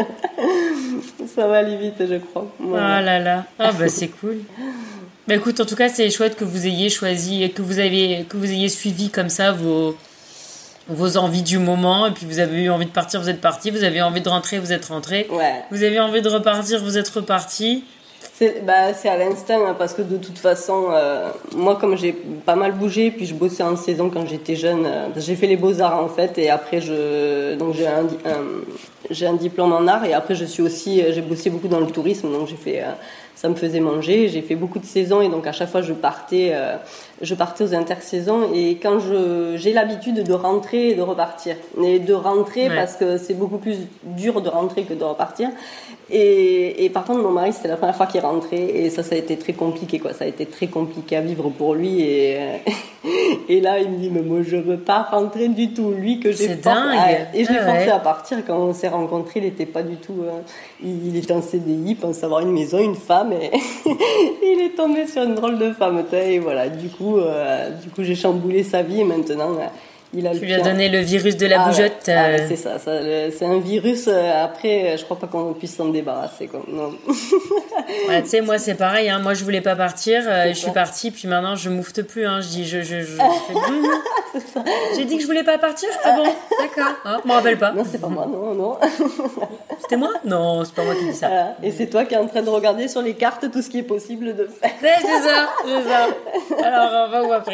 Ça va aller vite, je crois. Voilà. Oh là là. Ah bah c'est cool. Bah écoute, en tout cas, c'est chouette que vous ayez choisi et que vous avez que vous ayez suivi comme ça vos vos envies du moment, et puis vous avez eu envie de partir, vous êtes parti, vous avez envie de rentrer, vous êtes rentré. Ouais. Vous avez envie de repartir, vous êtes reparti. C'est, bah, c'est à l'instinct, hein, parce que de toute façon, euh, moi, comme j'ai pas mal bougé, puis je bossais en saison quand j'étais jeune, euh, j'ai fait les beaux-arts en fait, et après, je, donc j'ai un, un, j'ai un diplôme en art, et après, je suis aussi, j'ai bossé beaucoup dans le tourisme, donc j'ai fait, euh, ça me faisait manger, j'ai fait beaucoup de saisons, et donc à chaque fois, je partais, euh, je partais aux intersaisons, et quand je, j'ai l'habitude de rentrer et de repartir, et de rentrer ouais. parce que c'est beaucoup plus dur de rentrer que de repartir. Et, et par contre, mon mari, c'était la première fois qu'il rentrait et ça, ça a été très compliqué, quoi. Ça a été très compliqué à vivre pour lui. Et, et là, il me dit, mais moi, je veux pas rentrer du tout. Lui, que j'ai C'est for... dingue. Ah, et je l'ai ah, forcé ouais. à partir. Quand on s'est rencontrés, il était pas du tout. Euh, il, il était en C D I, il pensait avoir une maison, une femme, et il est tombé sur une drôle de femme. Et voilà. Du coup, euh, du coup, j'ai chamboulé sa vie. Et maintenant. Euh, Il a tu lui as donné le virus de la ah bougeotte. Ouais. Ah ouais, euh... c'est ça, ça le, c'est un virus. Euh, après, je crois pas qu'on puisse s'en débarrasser. Quoi. Non. Ouais, tu sais, moi c'est pareil. Hein. Moi, je voulais pas partir. Euh, je ça. suis partie, puis maintenant je moufte plus. Hein. Je dis, je, je, je, je fais... c'est ça. J'ai dit que je voulais pas partir. Ah bon, d'accord. Ah, je m'en rappelle pas. Non, c'est pas moi. Non, non. C'était moi ? Non, c'est pas moi qui dis ça. Voilà. Et c'est toi qui es en train de regarder sur les cartes tout ce qui est possible de faire. C'est, c'est ça, c'est ça. Alors, on va où après ?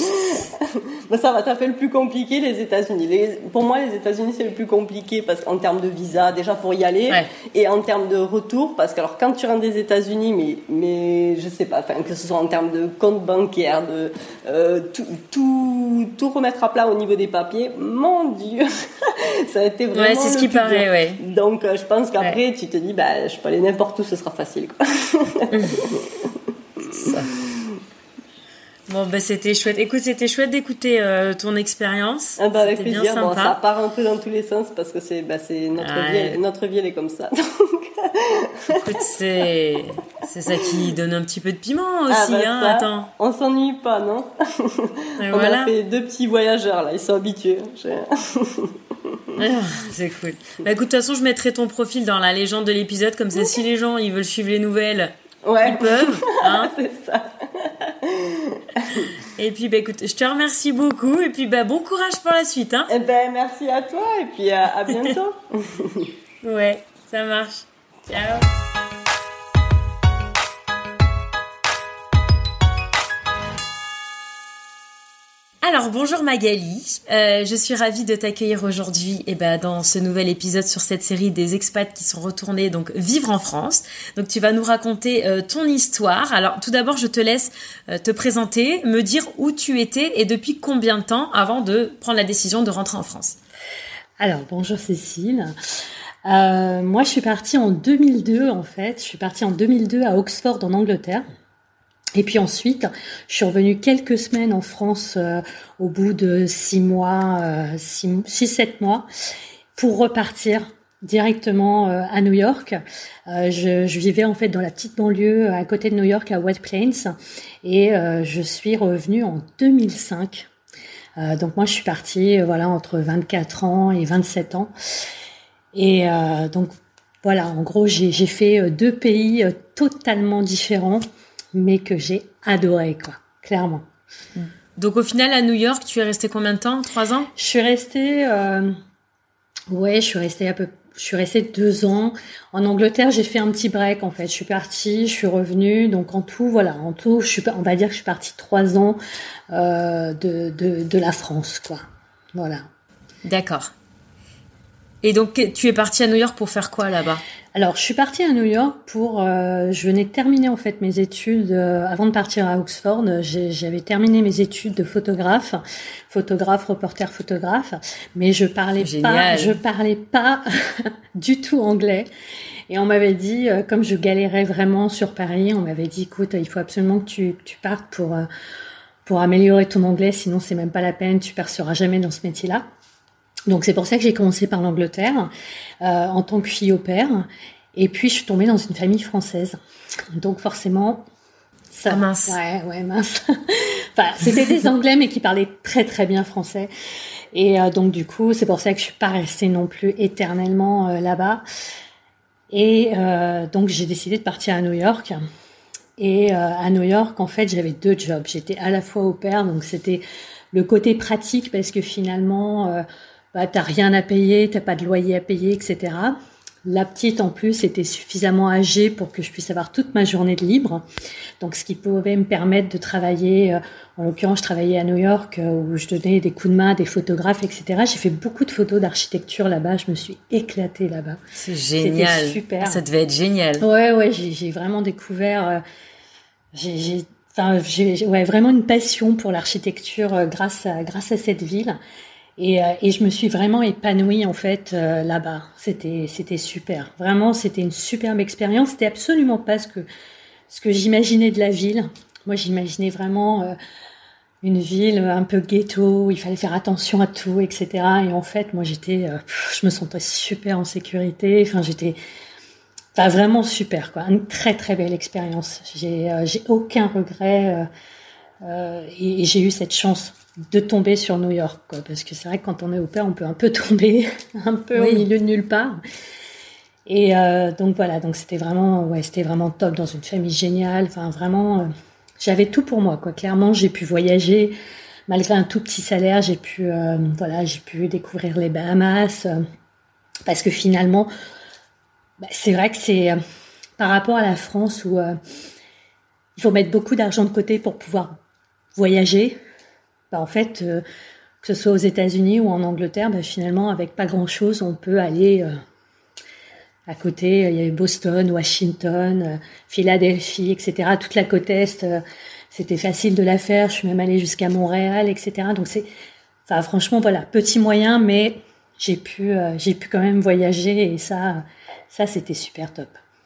Ben ça va, t'as fait le plus compliqué, les États-Unis. Les, pour moi, les États-Unis, c'est le plus compliqué parce qu'en termes de visa, déjà pour y aller, ouais. et en termes de retour, parce que alors quand tu rentres des États-Unis, mais mais je sais pas, enfin que ce soit en termes de compte bancaire, de euh, tout, tout tout remettre à plat au niveau des papiers, mon Dieu, ça a été vraiment. Ouais, c'est ce qui paraît, dur. ouais. Donc euh, je pense qu'après, ouais. tu te dis, bah je peux aller n'importe où, ce sera facile, quoi. C'est ça. Bon, bah, c'était chouette. Écoute, c'était chouette d'écouter euh, ton expérience. Ah bah, avec c'était plaisir. Bien bon, sympa. ça part un peu dans tous les sens parce que c'est, bah, c'est notre, ah, vie, elle, notre vie, elle est comme ça. Donc... Écoute, c'est, c'est ça qui donne un petit peu de piment aussi. Ah bah hein. ça, Attends. On s'ennuie pas, non? Et on voilà. a fait deux petits voyageurs, là. Ils sont habitués. Ah, c'est cool. Bah, écoute, de toute façon, je mettrai ton profil dans la légende de l'épisode. Comme ça, si les gens ils veulent suivre les nouvelles, ouais. ils peuvent. Hein. C'est ça. Et puis, bah, écoute, je te remercie beaucoup. Et puis, bah, bon courage pour la suite. Hein. Eh ben, merci à toi. Et puis, à, à bientôt. Ouais, ça marche. Ciao. Alors, bonjour Magali, euh, je suis ravie de t'accueillir aujourd'hui eh ben, dans ce nouvel épisode sur cette série des expats qui sont retournés donc vivre en France. Donc tu vas nous raconter euh, ton histoire. Alors tout d'abord, je te laisse euh, te présenter, me dire où tu étais et depuis combien de temps avant de prendre la décision de rentrer en France. Alors, bonjour Cécile. Euh, moi, je suis partie en deux mille deux en fait. Je suis partie en deux mille deux à Oxford en Angleterre. Et puis ensuite, je suis revenue quelques semaines en France euh, au bout de six mois, euh, six, six, sept mois, pour repartir directement euh, à New York. Euh, je, je vivais en fait dans la petite banlieue à côté de New York, à White Plains, et euh, je suis revenue en deux mille cinq. Euh, donc moi, je suis partie euh, voilà entre vingt-quatre ans et vingt-sept ans. Et euh, donc voilà, en gros, j'ai, j'ai fait deux pays euh, totalement différents. mais que j'ai adoré, quoi, clairement. Donc au final, à New York, tu es restée combien de temps? Trois ans? Je suis restée, euh, ouais, je suis restée à peu, je suis restée deux ans. En Angleterre, j'ai fait un petit break, en fait. Je suis partie, je suis revenue. Donc, en tout, voilà, en tout, je suis, on va dire que je suis partie trois ans, euh, de, de, de la France, quoi. Voilà. D'accord. Et donc, tu es partie à New York pour faire quoi là-bas? Alors, je suis partie à New York pour... Euh, je venais de terminer, en fait, mes études. Euh, avant de partir à Oxford, j'ai, j'avais terminé mes études de photographe. Photographe, reporter, photographe. Mais je parlais Génial. pas... Je parlais pas du tout anglais. Et on m'avait dit, euh, comme je galérais vraiment sur Paris, on m'avait dit, écoute, il faut absolument que tu, que tu partes pour, euh, pour améliorer ton anglais. Sinon, c'est même pas la peine. Tu perceras jamais dans ce métier-là. Donc c'est pour ça que j'ai commencé par l'Angleterre euh, en tant que fille au pair, et puis je suis tombée dans une famille française. Donc forcément, ça, ah mince. Ouais, ouais mince. Enfin, c'était des Anglais mais qui parlaient très très bien français. Et euh, donc du coup, c'est pour ça que je suis pas restée non plus éternellement euh, là-bas. Et euh, donc j'ai décidé de partir à New York. Et euh, à New York, en fait, j'avais deux jobs. J'étais à la fois au pair, donc c'était le côté pratique parce que finalement. Euh, Bah, t'as rien à payer, t'as pas de loyer à payer, et cetera. La petite, en plus, était suffisamment âgée pour que je puisse avoir toute ma journée de libre. Donc, ce qui pouvait me permettre de travailler, euh, en l'occurrence, je travaillais à New York, euh, où je donnais des coups de main à des photographes, et cetera. J'ai fait beaucoup de photos d'architecture là-bas. Je me suis éclatée là-bas. C'est génial. C'était super. Ça devait être génial. Ouais, ouais, j'ai, j'ai vraiment découvert, euh, j'ai, j'ai, enfin, j'ai, ouais, vraiment une passion pour l'architecture euh, grâce à, grâce à cette ville. Et, euh, et je me suis vraiment épanouie en fait euh, là-bas. C'était c'était super. Vraiment, c'était une superbe expérience. C'était absolument pas ce que ce que j'imaginais de la ville. Moi, j'imaginais vraiment euh, une ville un peu ghetto où il fallait faire attention à tout, et cetera. Et en fait, moi, j'étais, euh, pff, je me sentais super en sécurité. Enfin, j'étais, enfin vraiment super quoi. Une très très belle expérience. J'ai euh, j'ai aucun regret euh, euh, et, et j'ai eu cette chance de tomber sur New York, quoi, parce que c'est vrai que quand on est au pair, on peut un peu tomber un peu oui. au milieu de nulle part. Et euh, donc voilà, donc c'était vraiment, ouais, c'était vraiment top dans une famille géniale. Enfin vraiment, euh, j'avais tout pour moi, quoi. Clairement, j'ai pu voyager malgré un tout petit salaire. J'ai pu, euh, voilà, j'ai pu découvrir les Bahamas euh, parce que finalement, bah, c'est vrai que c'est euh, par rapport à la France où euh, il faut mettre beaucoup d'argent de côté pour pouvoir voyager. Bah, en fait, euh, que ce soit aux États-Unis ou en Angleterre, bah, finalement, avec pas grand-chose, on peut aller euh, à côté. Il y avait Boston, Washington, euh, Philadelphie, et cetera. Toute la côte est, euh, c'était facile de la faire. Je suis même allée jusqu'à Montréal, et cetera. Donc c'est, enfin, franchement, voilà, petit moyen, mais j'ai pu, euh, j'ai pu quand même voyager et ça, ça, c'était super top.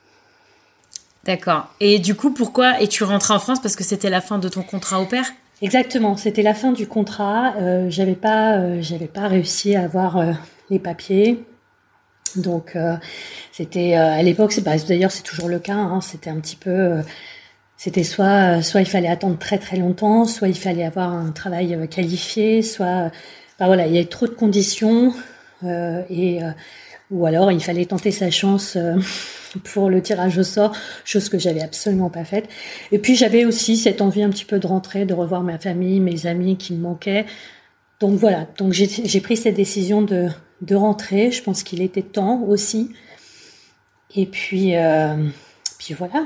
D'accord. Et du coup, pourquoi es-tu rentrée en France parce que c'était la fin de ton contrat au pair? Exactement, c'était la fin du contrat. Euh, j'avais pas, euh, j'avais pas réussi à avoir euh, les papiers. Donc euh, c'était euh, à l'époque, c'est bah, d'ailleurs c'est toujours le cas. Hein, c'était un petit peu, euh, c'était soit, soit il fallait attendre très très longtemps, soit il fallait avoir un travail euh, qualifié, soit, bah voilà, il y avait trop de conditions euh, et euh, ou alors il fallait tenter sa chance euh, pour le tirage au sort, chose que j'avais absolument pas faite. Et puis j'avais aussi cette envie un petit peu de rentrer, de revoir ma famille, mes amis qui me manquaient. Donc voilà, donc j'ai, j'ai pris cette décision de, de rentrer. Je pense qu'il était temps aussi. Et puis, euh, puis voilà.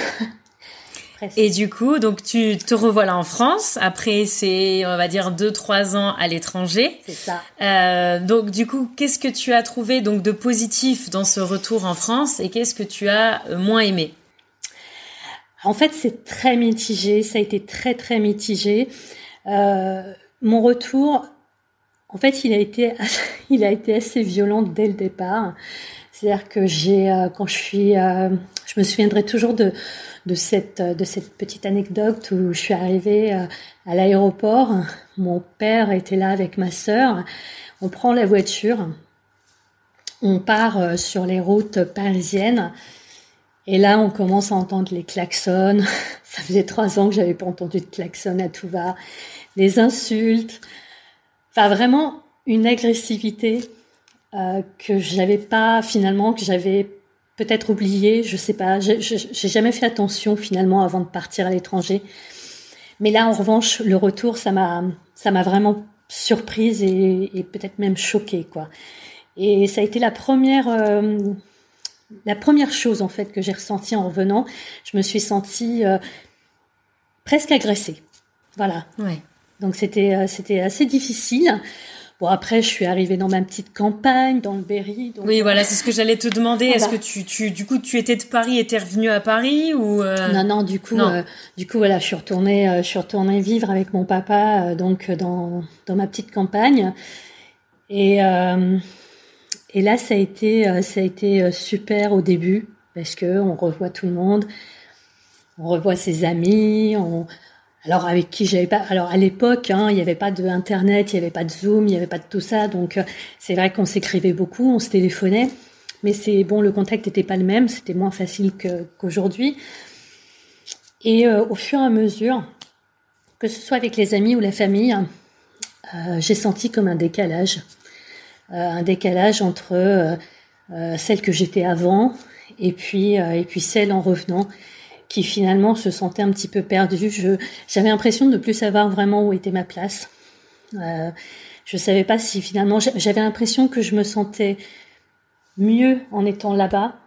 Et du coup, donc tu te revoilà en France. Après, c'est, on va dire, deux, trois ans à l'étranger. C'est ça. Euh, donc, du coup, qu'est-ce que tu as trouvé donc de positif dans ce retour en France et qu'est-ce que tu as moins aimé? En fait, c'est très mitigé. Ça a été très, très mitigé. Euh, mon retour, en fait, il a été, il a été assez violent dès le départ. C'est-à-dire que j'ai, euh, quand je suis, euh, je me souviendrai toujours de de cette de cette petite anecdote où je suis arrivée euh, à l'aéroport. Mon père était là avec ma sœur. On prend la voiture, on part euh, sur les routes parisiennes, et là on commence à entendre les klaxons. Ça faisait trois ans que j'avais pas entendu de klaxons à tout va, les insultes. Enfin vraiment une agressivité. Euh, que j'avais pas finalement, que j'avais peut-être oublié, je sais pas. J'ai, j'ai jamais fait attention finalement avant de partir à l'étranger. Mais là, en revanche, le retour, ça m'a, ça m'a vraiment surprise et, et peut-être même choquée, quoi. Et ça a été la première, euh, la première chose en fait que j'ai ressentie en revenant. Je me suis sentie euh, presque agressée. Voilà. Ouais. Donc c'était, euh, c'était assez difficile. Bon, après, je suis arrivée dans ma petite campagne, dans le Berry. Donc... Oui, voilà, c'est ce que j'allais te demander. Voilà. Est-ce que tu, tu, du coup, tu étais de Paris et t'es revenue à Paris ou euh... Non, non, du coup, non. Euh, du coup, voilà, je suis retournée, euh, je suis retournée vivre avec mon papa, euh, donc dans dans ma petite campagne. Et euh, et là, ça a été, euh, ça a été super au début parce que on revoit tout le monde, on revoit ses amis, on Alors avec qui j'avais pas, alors à l'époque, hein, il n'y avait pas de internet, il n'y avait pas de Zoom, il n'y avait pas de tout ça, donc euh, c'est vrai qu'on s'écrivait beaucoup, on se téléphonait, mais c'est bon, le contact n'était pas le même, c'était moins facile que, qu'aujourd'hui. Et euh, au fur et à mesure, que ce soit avec les amis ou la famille, euh, j'ai senti comme un décalage, euh, un décalage entre euh, euh, celle que j'étais avant et puis euh, et puis celle en revenant, qui finalement se sentait un petit peu perdue. Je, j'avais l'impression de ne plus savoir vraiment où était ma place. Euh, je savais pas si finalement, j'avais l'impression que je me sentais mieux en étant là-bas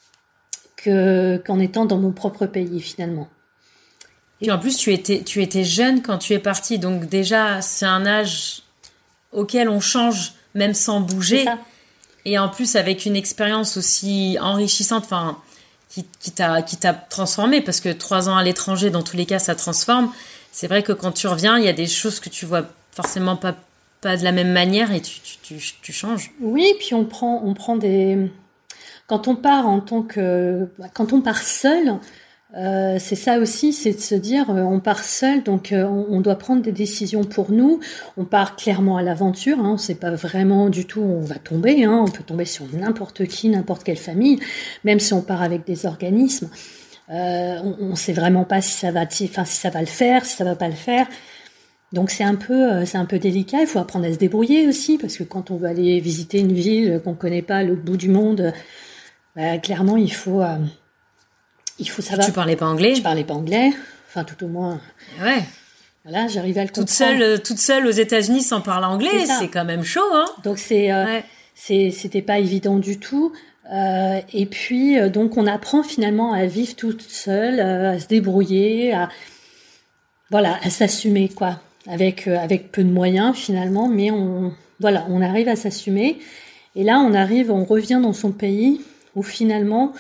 que, qu'en étant dans mon propre pays finalement. Et en plus, tu étais, tu étais jeune quand tu es partie, donc déjà, c'est un âge auquel on change même sans bouger. C'est ça. Et en plus, avec une expérience aussi enrichissante, enfin, Qui, qui t'a qui t'a transformé, parce que trois ans à l'étranger, dans tous les cas, ça transforme. C'est vrai que quand tu reviens, il y a des choses que tu vois forcément pas pas de la même manière et tu tu tu, tu changes. Oui, puis on prend on prend des quand on part en tant que quand on part seul, euh, c'est ça aussi, c'est de se dire euh, on part seul, donc euh, on, on doit prendre des décisions pour nous. On part clairement à l'aventure, hein, on sait pas vraiment du tout où on va tomber, hein, on peut tomber sur n'importe qui, n'importe quelle famille, même si on part avec des organismes. Euh, on, on sait vraiment pas si ça va, enfin si ça va le faire, si ça va pas le faire. Donc c'est un peu, euh, c'est un peu délicat. Il faut apprendre à se débrouiller aussi, parce que quand on veut aller visiter une ville qu'on connaît pas, à l'autre bout du monde, bah, clairement il faut euh, il faut savoir. Tu parlais pas anglais? Je parlais pas anglais, enfin tout au moins. Ouais. Voilà, j'arrivais à le comprendre. Toute seule, toute seule aux États-Unis sans parler anglais, c'est, c'est quand même chaud, hein. Donc c'est, euh, ouais. c'est, c'était pas évident du tout. Euh, et puis euh, donc on apprend finalement à vivre toute seule, euh, à se débrouiller, à voilà, à s'assumer quoi, avec euh, avec peu de moyens finalement, mais on voilà, on arrive à s'assumer. Et là on arrive, on revient dans son pays où finalement.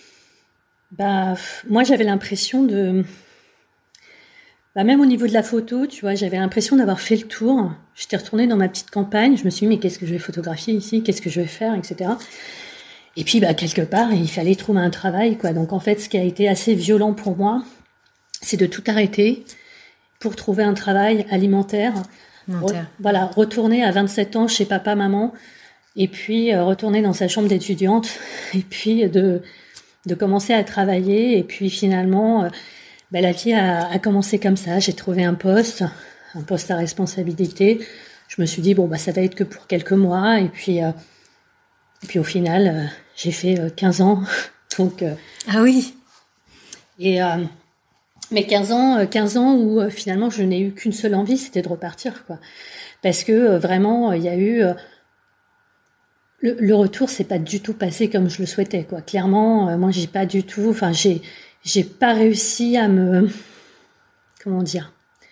Bah, moi, j'avais l'impression de... Bah, même au niveau de la photo, tu vois, j'avais l'impression d'avoir fait le tour. J'étais retournée dans ma petite campagne. Je me suis dit, mais qu'est-ce que je vais photographier ici? Qu'est-ce que je vais faire, et cetera. Et puis, bah, quelque part, il fallait trouver un travail, quoi. Donc, en fait, ce qui a été assez violent pour moi, c'est de tout arrêter pour trouver un travail alimentaire. Alimentaire. Re- voilà, retourner à vingt-sept ans chez papa, maman, et puis euh, retourner dans sa chambre d'étudiante, et puis de... de commencer à travailler. Et puis finalement, euh, ben, la vie a, a commencé comme ça. J'ai trouvé un poste, un poste à responsabilité. Je me suis dit, bon, bah, ça va être que pour quelques mois. Et puis, euh, et puis au final, euh, j'ai fait euh, quinze ans. Donc, euh, ah oui. Et, euh, mais quinze ans, euh, quinze ans où euh, finalement, je n'ai eu qu'une seule envie, c'était de repartir, quoi. Parce que euh, vraiment, il y a eu... Euh, Le, le retour s'est pas du tout passé comme je le souhaitais, quoi. Clairement, euh, moi, j'ai pas du tout, enfin, j'ai, j'ai pas réussi à me, comment dire,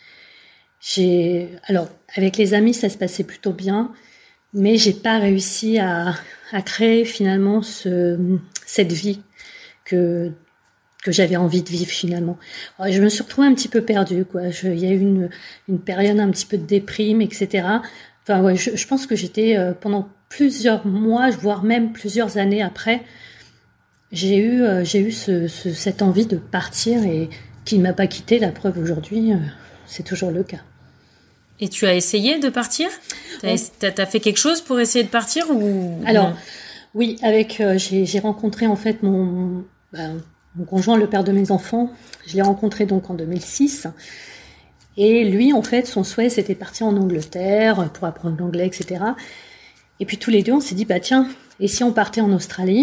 j'ai, alors, avec les amis, ça se passait plutôt bien, mais j'ai pas réussi à, à créer finalement ce, cette vie que, que j'avais envie de vivre finalement. Alors, je me suis retrouvée un petit peu perdue, quoi. Je, il y a eu une, une période un petit peu de déprime, et cetera. Enfin, ouais, je, je pense que j'étais euh, pendant plusieurs mois, voire même plusieurs années après, j'ai eu, euh, j'ai eu ce, ce, cette envie de partir et qui ne m'a pas quittée. La preuve aujourd'hui, euh, c'est toujours le cas. Et tu as essayé de partir? T'as, ouais. t'as, t'as fait quelque chose pour essayer de partir ou Alors, non? Oui, avec euh, j'ai, j'ai rencontré en fait mon, ben, mon conjoint, le père de mes enfants. Je l'ai rencontré donc en deux mille six. Et lui, en fait, son souhait, c'était de partir en Angleterre pour apprendre l'anglais, et cetera. Et puis tous les deux, on s'est dit, bah tiens, et si on partait en Australie?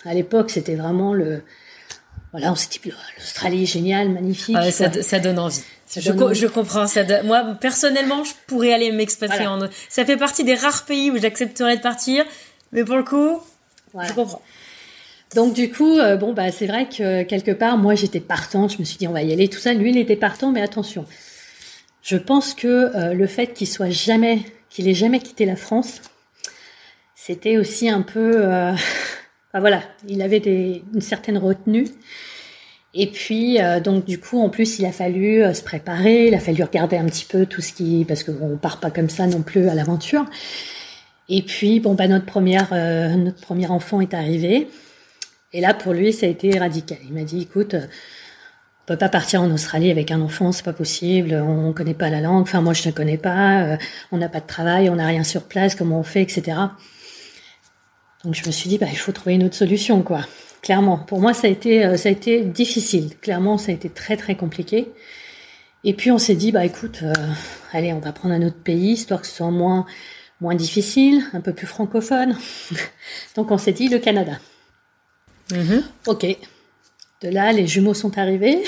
À l'époque, c'était vraiment le... Voilà, on s'est dit, l'Australie, génial, magnifique. Ah ouais, ça, ça donne envie. Ça je, donne co- envie. Je comprends. Ça donne... Moi, personnellement, je pourrais aller m'expatrier voilà. en... Ça fait partie des rares pays où j'accepterais de partir. Mais pour le coup, voilà. je comprends. Donc du coup, euh, bon bah c'est vrai que quelque part, moi j'étais partante. Je me suis dit, on va y aller, tout ça. Lui, il était partant, mais attention. Je pense que euh, le fait qu'il soit jamais, qu'il ait jamais quitté la France, c'était aussi un peu... Euh... Enfin, voilà, il avait des, une certaine retenue. Et puis, euh, donc du coup, en plus, il a fallu euh, se préparer, il a fallu regarder un petit peu tout ce qui... Parce qu'on ne part pas comme ça non plus à l'aventure. Et puis, bon, bah notre, première, euh, notre premier enfant est arrivé. Et là, pour lui, ça a été radical. Il m'a dit, écoute, euh, on peut pas partir en Australie avec un enfant, c'est pas possible, on ne connaît pas la langue, enfin moi je ne connais pas, euh, on n'a pas de travail, on n'a rien sur place, comment on fait, et cetera. Donc je me suis dit, bah, il faut trouver une autre solution, quoi. Clairement. Pour moi, ça a été, ça a été difficile. Clairement, ça a été très, très compliqué. Et puis, on s'est dit, bah, écoute, euh, allez, on va prendre un autre pays, histoire que ce soit moins, moins difficile, un peu plus francophone. Donc, on s'est dit, le Canada. Mm-hmm. Ok. De là, les jumeaux sont arrivés.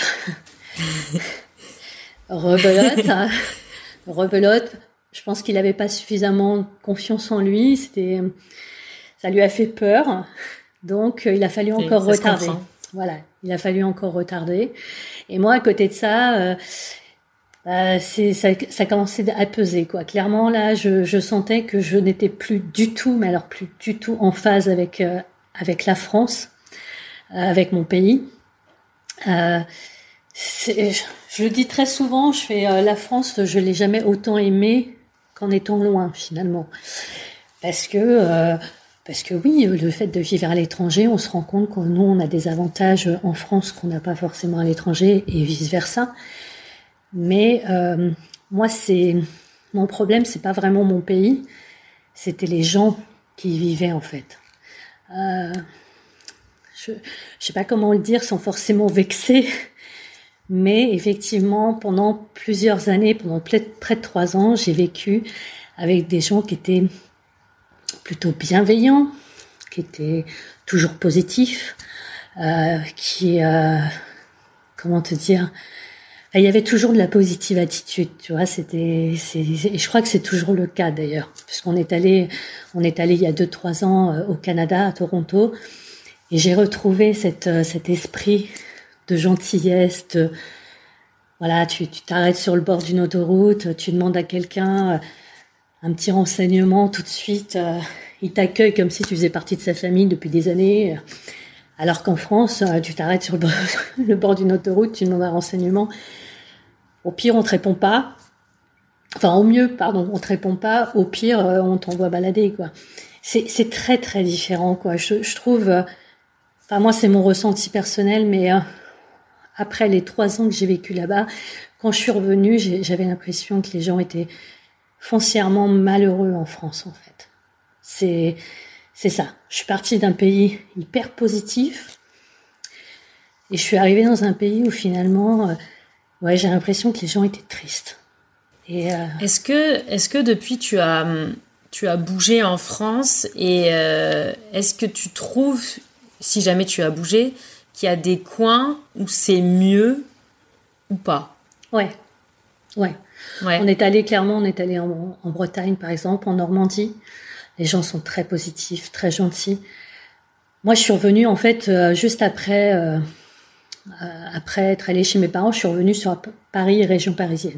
Rebelote. hein. Rebelote. Je pense qu'il n'avait pas suffisamment confiance en lui. C'était... Ça lui a fait peur, donc il a fallu encore oui, retarder. Voilà, il a fallu encore retarder. Et moi, à côté de ça, euh, bah, c'est, ça, ça commençait à peser, quoi. Clairement, là, je, je sentais que je n'étais plus du tout, mais alors plus du tout en phase avec euh, avec la France, euh, avec mon pays. Euh, c'est, je, je le dis très souvent, je fais euh, la France, je l'ai jamais autant aimée qu'en étant loin, finalement, parce que euh, Parce que oui, le fait de vivre à l'étranger, on se rend compte que nous, on a des avantages en France qu'on n'a pas forcément à l'étranger et vice-versa. Mais euh, moi, c'est mon problème, c'est pas vraiment mon pays, c'était les gens qui y vivaient en fait. Euh, je ne sais pas comment le dire sans forcément vexer, mais effectivement, pendant plusieurs années, pendant près de trois ans, j'ai vécu avec des gens qui étaient plutôt bienveillant, qui était toujours positif, euh, qui, euh, comment te dire, il y avait toujours de la positive attitude, tu vois, c'était, c'est, et je crois que c'est toujours le cas d'ailleurs, puisqu'on est allé, on est allé il y a deux, trois ans euh, au Canada, à Toronto, et j'ai retrouvé cette, euh, cet esprit de gentillesse, de, voilà, tu, tu t'arrêtes sur le bord d'une autoroute, tu demandes à quelqu'un, euh, un petit renseignement tout de suite, euh, il t'accueille comme si tu faisais partie de sa famille depuis des années, alors qu'en France, euh, tu t'arrêtes sur le bord, le bord d'une autoroute, tu demandes un renseignement, au pire on te répond pas, enfin au mieux, pardon, on te répond pas, au pire euh, on t'envoie balader, quoi. C'est, c'est très très différent, quoi. Je, je trouve, euh, enfin moi c'est mon ressenti personnel, mais euh, après les trois ans que j'ai vécu là-bas, quand je suis revenue, j'ai, j'avais l'impression que les gens étaient foncièrement malheureux en France, en fait. C'est, c'est ça. Je suis partie d'un pays hyper positif et je suis arrivée dans un pays où finalement, euh, ouais, j'ai l'impression que les gens étaient tristes. Et, euh... Est-ce que, est-ce que depuis tu as, tu as bougé en France et euh, est-ce que tu trouves, si jamais tu as bougé, qu'il y a des coins où c'est mieux ou pas? Ouais, ouais. Ouais. On est allé, clairement, on est allé en, en Bretagne, par exemple, en Normandie. Les gens sont très positifs, très gentils. Moi, je suis revenue, en fait, euh, juste après, euh, euh, après être allée chez mes parents, je suis revenue sur Paris, région parisienne.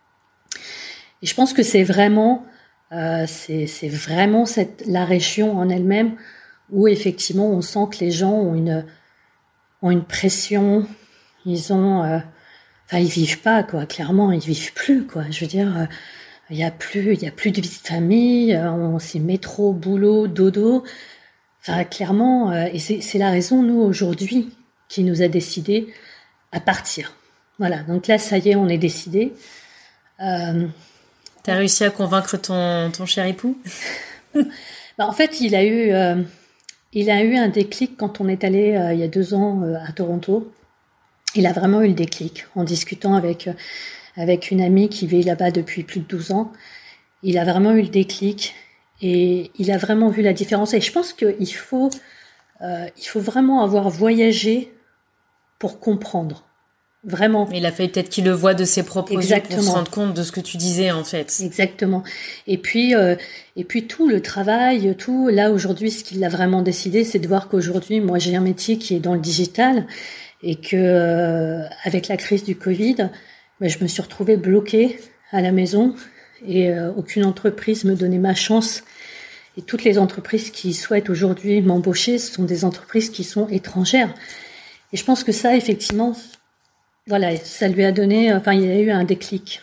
Et je pense que c'est vraiment, euh, c'est, c'est vraiment cette, la région en elle-même où, effectivement, on sent que les gens ont une, ont une pression, ils ont... Euh, Enfin, ils vivent pas, quoi. Clairement, ils vivent plus, quoi. Je veux dire, il y a plus, il y a plus de vie de famille. On c'est métro, boulot, dodo. Enfin, clairement, et c'est, c'est la raison, nous, aujourd'hui, qui nous a décidé à partir. Voilà. Donc là, ça y est, on est décidé. Euh... T'as réussi à convaincre ton ton cher époux? Bah, en fait, il a eu, euh, il a eu un déclic quand on est allé euh, il y a deux ans euh, à Toronto. Il a vraiment eu le déclic en discutant avec avec une amie qui vit là-bas depuis plus de douze ans. Il a vraiment eu le déclic et il a vraiment vu la différence. Et je pense qu'il faut euh, il faut vraiment avoir voyagé pour comprendre. Vraiment. Il a fallu peut-être qu'il le voit de ses propres yeux pour se rendre compte de ce que tu disais, en fait. Exactement. Et puis, euh, et puis tout le travail, tout, là, aujourd'hui, ce qu'il a vraiment décidé, c'est de voir qu'aujourd'hui, moi, j'ai un métier qui est dans le digital et que, euh, avec la crise du Covid, ben, je me suis retrouvée bloquée à la maison et euh, aucune entreprise me donnait ma chance. Et toutes les entreprises qui souhaitent aujourd'hui m'embaucher, ce sont des entreprises qui sont étrangères. Et je pense que ça, effectivement, voilà, ça lui a donné, enfin, il y a eu un déclic.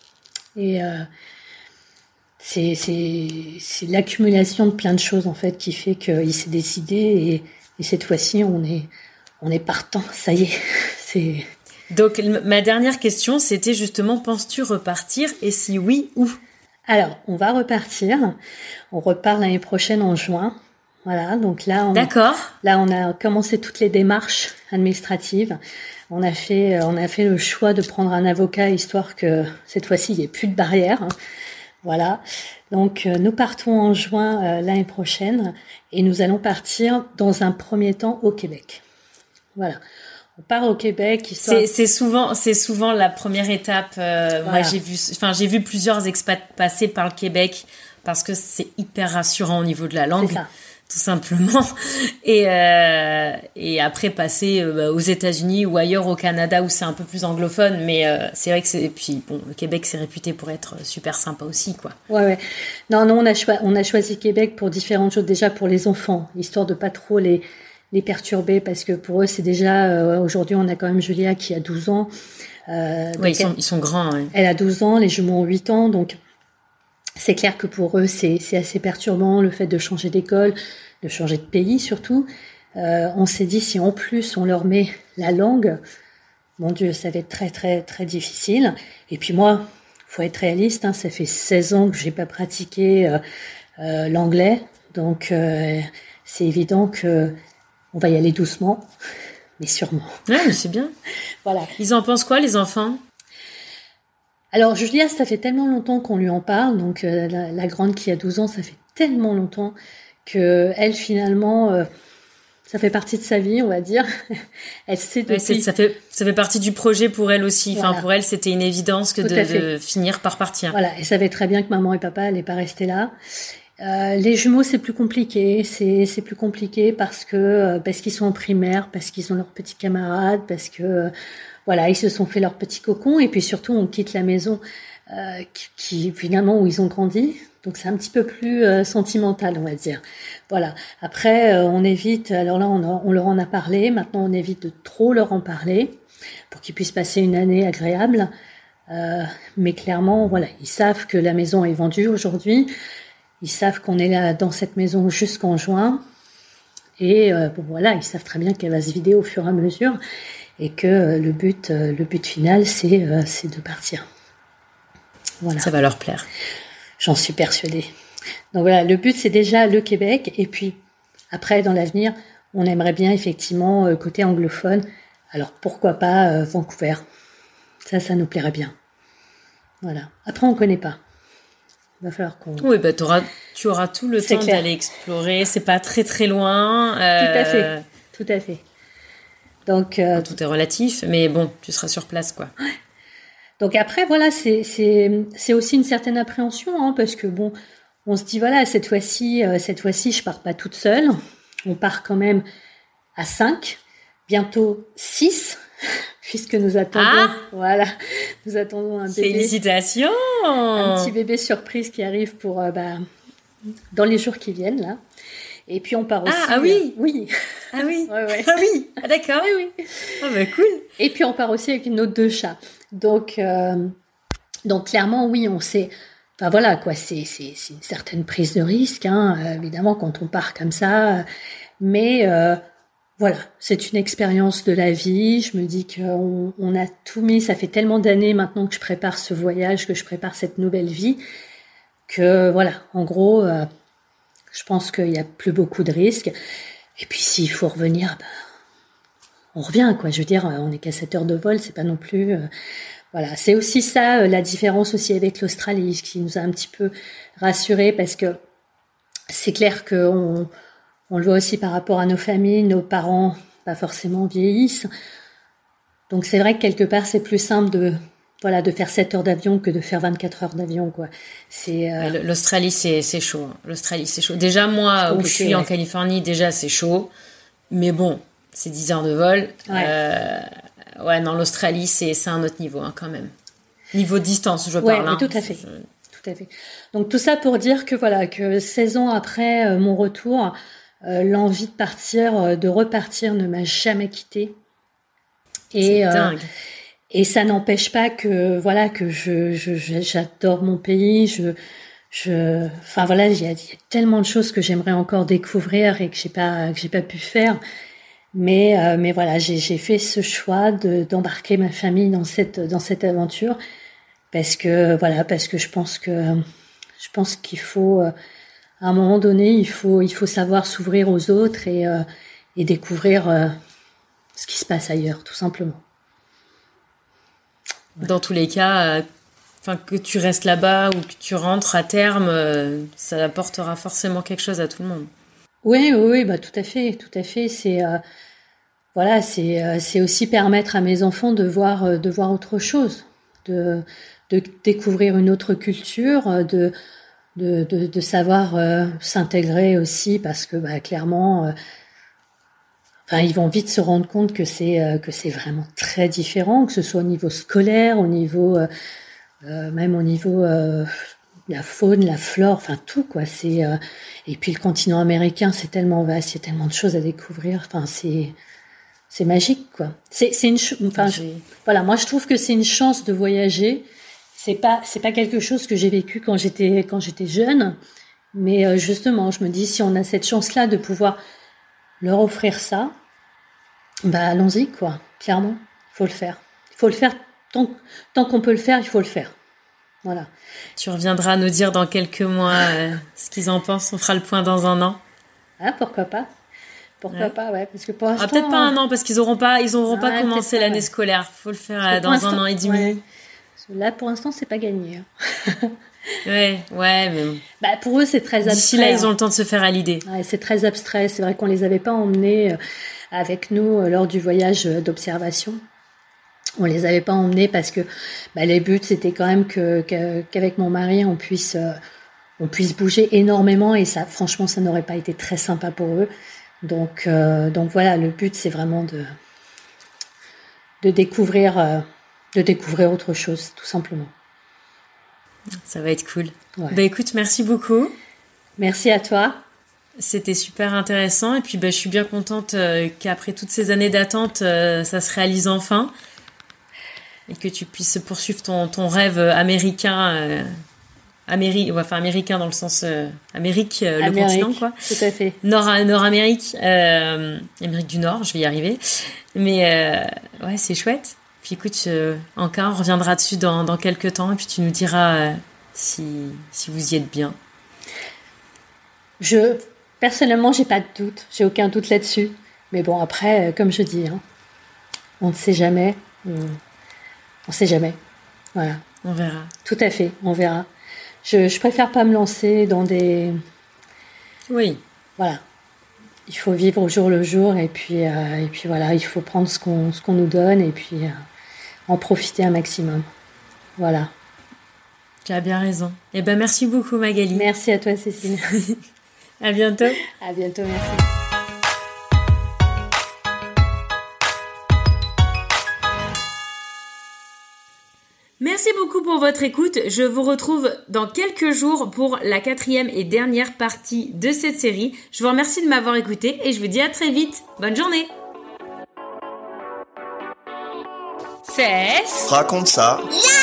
Et euh, c'est, c'est, c'est l'accumulation de plein de choses, en fait, qui fait qu'il s'est décidé. Et, et cette fois-ci, on est, on est partant. Ça y est. C'est... Donc, ma dernière question, c'était justement, penses-tu repartir? Et si oui, où? Alors, on va repartir. On repart l'année prochaine en juin. Voilà, donc là, on, D'accord. Là, on a commencé toutes les démarches administratives. On a fait, on a fait le choix de prendre un avocat, histoire que cette fois-ci, il n'y ait plus de barrière. Voilà. Donc, euh, nous partons en juin euh, l'année prochaine et nous allons partir dans un premier temps au Québec. Voilà. On part au Québec. Histoire... C'est, c'est souvent, c'est souvent la première étape. Euh, voilà. Moi, j'ai vu, enfin, j'ai vu plusieurs expats passer par le Québec parce que c'est hyper rassurant au niveau de la langue. C'est ça. Tout simplement, et euh, et après passer euh, aux États-Unis ou ailleurs au Canada où c'est un peu plus anglophone, mais euh, c'est vrai que c'est, et puis bon, le Québec c'est réputé pour être super sympa aussi, quoi. Ouais ouais. Non non, on a choi- on a choisi Québec pour différentes choses, déjà pour les enfants, histoire de pas trop les les perturber, parce que pour eux c'est déjà euh, aujourd'hui on a quand même Julia qui a douze ans. Euh, oui, ils sont elle, ils sont grands. Ouais. Elle a douze ans, les jumeaux ont huit ans, donc c'est clair que pour eux, c'est, c'est assez perturbant, le fait de changer d'école, de changer de pays surtout. Euh, on s'est dit, si en plus on leur met la langue, mon Dieu, ça va être très très très difficile. Et puis moi, faut être réaliste, hein, ça fait seize ans que j'ai pas pratiqué euh, euh, l'anglais, donc euh, c'est évident que on va y aller doucement, mais sûrement. Ouais, mais c'est bien. Voilà. Ils en pensent quoi, les enfants ? Alors Julia, ça fait tellement longtemps qu'on lui en parle, donc euh, la, la grande qui a douze ans, ça fait tellement longtemps que elle finalement, euh, ça fait partie de sa vie, on va dire. Elle sait depuis... ouais, c'est, ça fait ça fait partie du projet pour elle aussi. Voilà. Enfin pour elle, c'était une évidence que de, de finir par partir. Voilà, elle savait très bien que maman et papa n'allaient pas rester là. Euh, les jumeaux, c'est plus compliqué. C'est c'est plus compliqué parce que parce qu'ils sont en primaire, parce qu'ils ont leurs petits camarades, parce que voilà, ils se sont fait leur petit cocon, et puis surtout on quitte la maison euh, qui, qui finalement où ils ont grandi, donc c'est un petit peu plus euh, sentimental, on va dire. Voilà. Après, euh, on évite. Alors là, on, a, on leur en a parlé. Maintenant, on évite de trop leur en parler pour qu'ils puissent passer une année agréable. Euh, mais clairement, voilà, ils savent que la maison est vendue aujourd'hui. Ils savent qu'on est là dans cette maison jusqu'en juin, et euh, bon voilà, ils savent très bien qu'elle va se vider au fur et à mesure. Et que euh, le but, euh, le but final, c'est, euh, c'est de partir. Voilà. Ça va leur plaire. J'en suis persuadée. Donc voilà, le but, c'est déjà le Québec. Et puis, après, dans l'avenir, on aimerait bien, effectivement, euh, côté anglophone. Alors, pourquoi pas euh, Vancouver. Ça, ça nous plairait bien. Voilà. Après, on ne connaît pas. Il va falloir qu'on... Oui, bah, t'auras, tu auras tout le c'est temps clair. d'aller explorer. C'est pas très, très loin. Euh... Tout à fait. Tout à fait. Donc, euh, tout est relatif, mais bon, tu seras sur place, quoi. Donc après, voilà, c'est c'est c'est aussi une certaine appréhension, hein, parce que bon, on se dit voilà, cette fois-ci, euh, cette fois-ci, je pars pas toute seule. On part quand même à cinq, bientôt six, puisque nous attendons, ah voilà, nous attendons un bébé. Félicitations. Un petit bébé surprise qui arrive pour euh, bah, dans les jours qui viennent là. Et puis on part aussi. Ah, ah oui. Euh, oui. Ah oui. ouais, ouais. Ah oui. Ah d'accord. Oui, oui. Ah bah cool. Et puis on part aussi avec nos deux chats. Donc, euh, donc clairement, oui, on sait. Enfin voilà quoi, c'est c'est c'est une certaine prise de risque, hein, euh, évidemment quand on part comme ça. Mais euh, voilà, c'est une expérience de la vie. Je me dis qu'on on a tout mis. Ça fait tellement d'années maintenant que je prépare ce voyage, que je prépare cette nouvelle vie, que voilà, en gros. Euh, Je pense qu'il n'y a plus beaucoup de risques. Et puis, s'il faut revenir, ben, on revient, quoi. Je veux dire, on n'est qu'à sept heures de vol, c'est pas non plus... Euh, voilà, c'est aussi ça, euh, la différence aussi avec l'Australie, ce qui nous a un petit peu rassurés, parce que c'est clair qu'on On le voit aussi par rapport à nos familles, nos parents, pas forcément vieillissent. Donc c'est vrai que quelque part c'est plus simple de voilà de faire sept heures d'avion que de faire vingt-quatre heures d'avion quoi. C'est euh... l'Australie c'est c'est chaud. L'Australie c'est chaud. Déjà moi où je suis ouais. en Californie déjà c'est chaud. Mais bon, c'est dix heures de vol. Ouais, euh, ouais non l'Australie c'est c'est un autre niveau hein, quand même. Niveau distance, je ouais, parle. Hein. Tout à fait. Je... Tout à fait. Donc tout ça pour dire que voilà que seize ans après euh, mon retour, euh, l'envie de partir, euh, de repartir ne m'a jamais quittée. Et c'est dingue. Euh, Et ça n'empêche pas que voilà que je, je, je j'adore mon pays. Je, je, enfin voilà, il y a, il y a tellement de choses que j'aimerais encore découvrir et que j'ai pas que j'ai pas pu faire. Mais euh, mais voilà, j'ai j'ai fait ce choix de d'embarquer ma famille dans cette dans cette aventure parce que voilà parce que je pense que je pense qu'il faut à un moment donné il faut il faut savoir s'ouvrir aux autres et euh, et découvrir euh, ce qui se passe ailleurs tout simplement. Dans tous les cas, enfin euh, que tu restes là-bas ou que tu rentres à terme, euh, ça apportera forcément quelque chose à tout le monde. Oui, oui, oui, bah tout à fait, tout à fait. C'est euh, voilà, c'est euh, c'est aussi permettre à mes enfants de voir euh, de voir autre chose, de de découvrir une autre culture, de de de, de savoir euh, s'intégrer aussi parce que bah clairement. Euh, Enfin, ils vont vite se rendre compte que c'est euh, que c'est vraiment très différent, que ce soit au niveau scolaire, au niveau euh, euh, même au niveau euh, la faune, la flore, enfin tout quoi. C'est euh, et puis le continent américain, c'est tellement vaste, il y a tellement de choses à découvrir. Enfin, c'est c'est magique quoi. C'est c'est une enfin je, voilà, moi je trouve que c'est une chance de voyager. C'est pas c'est pas quelque chose que j'ai vécu quand j'étais quand j'étais jeune, mais euh, justement, je me dis si on a cette chance-là de pouvoir leur offrir ça, bah allons-y quoi, clairement, il faut le faire. Il faut le faire tant, tant qu'on peut le faire, il faut le faire. Voilà. Tu reviendras nous dire dans quelques mois euh, ce qu'ils en pensent, on fera le point dans un an. Ah pourquoi pas. Pourquoi ouais. pas, ouais, parce que pour l'instant... Ah, peut-être pas un an, parce qu'ils n'auront pas, ils auront ah, pas commencé l'année ouais. scolaire. Il faut le faire euh, dans un an et demi. Ouais. Là, pour l'instant, c'est pas gagné. ouais, ouais, mais... Bah, pour eux, c'est très abstrait. D'ici là, ils ont le temps de se faire à l'idée. Ouais, c'est très abstrait. C'est vrai qu'on les avait pas emmenés avec nous lors du voyage d'observation. On les avait pas emmenés parce que bah, les buts, c'était quand même que, que, qu'avec mon mari, on puisse, euh, on puisse bouger énormément. Et ça, franchement, ça n'aurait pas été très sympa pour eux. Donc, euh, donc voilà, le but, c'est vraiment de, de découvrir... Euh, de découvrir autre chose, tout simplement. Ça va être cool. Ouais. Bah écoute, merci beaucoup. Merci à toi. C'était super intéressant. Et puis bah, je suis bien contente euh, qu'après toutes ces années d'attente, euh, ça se réalise enfin. Et que tu puisses poursuivre ton, ton rêve américain. Euh, Améri- enfin, américain dans le sens euh, Amérique, euh, Amérique, le continent, quoi. Tout à fait. Nord, Nord-Amérique. Euh, Amérique du Nord, je vais y arriver. Mais euh, ouais, c'est chouette. Puis écoute, euh, encore, on reviendra dessus dans, dans quelques temps et puis tu nous diras euh, si, si vous y êtes bien. Je, personnellement, j'ai pas de doute. J'ai aucun doute là-dessus. Mais bon, après, euh, comme je dis, hein, on ne sait jamais. On ne sait jamais. Voilà. On verra. Tout à fait, on verra. Je, je préfère pas me lancer dans des... Oui. Voilà. Il faut vivre au jour le jour et puis, euh, et puis voilà, il faut prendre ce qu'on, ce qu'on nous donne et puis... Euh, en profiter un maximum. Voilà. Tu as bien raison. Eh ben, merci beaucoup, Magali. Merci à toi, Cécile. À bientôt. À bientôt, merci. Merci beaucoup pour votre écoute. Je vous retrouve dans quelques jours pour la quatrième et dernière partie de cette série. Je vous remercie de m'avoir écouté et je vous dis à très vite. Bonne journée. Cesse. Raconte ça.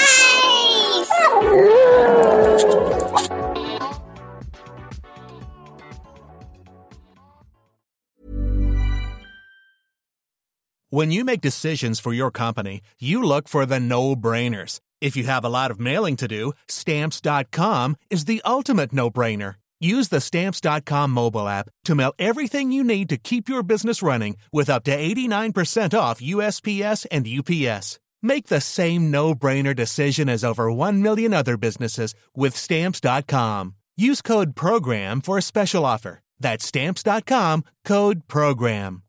When you make decisions for your company, you look for the no-brainers. If you have a lot of mailing to do, Stamps dot com is the ultimate no-brainer. Use the Stamps dot com mobile app to mail everything you need to keep your business running with up to eighty-nine percent off U S P S and U P S. Make the same no-brainer decision as over one million other businesses with Stamps dot com. Use code PROGRAM for a special offer. That's stamps dot com, code PROGRAM.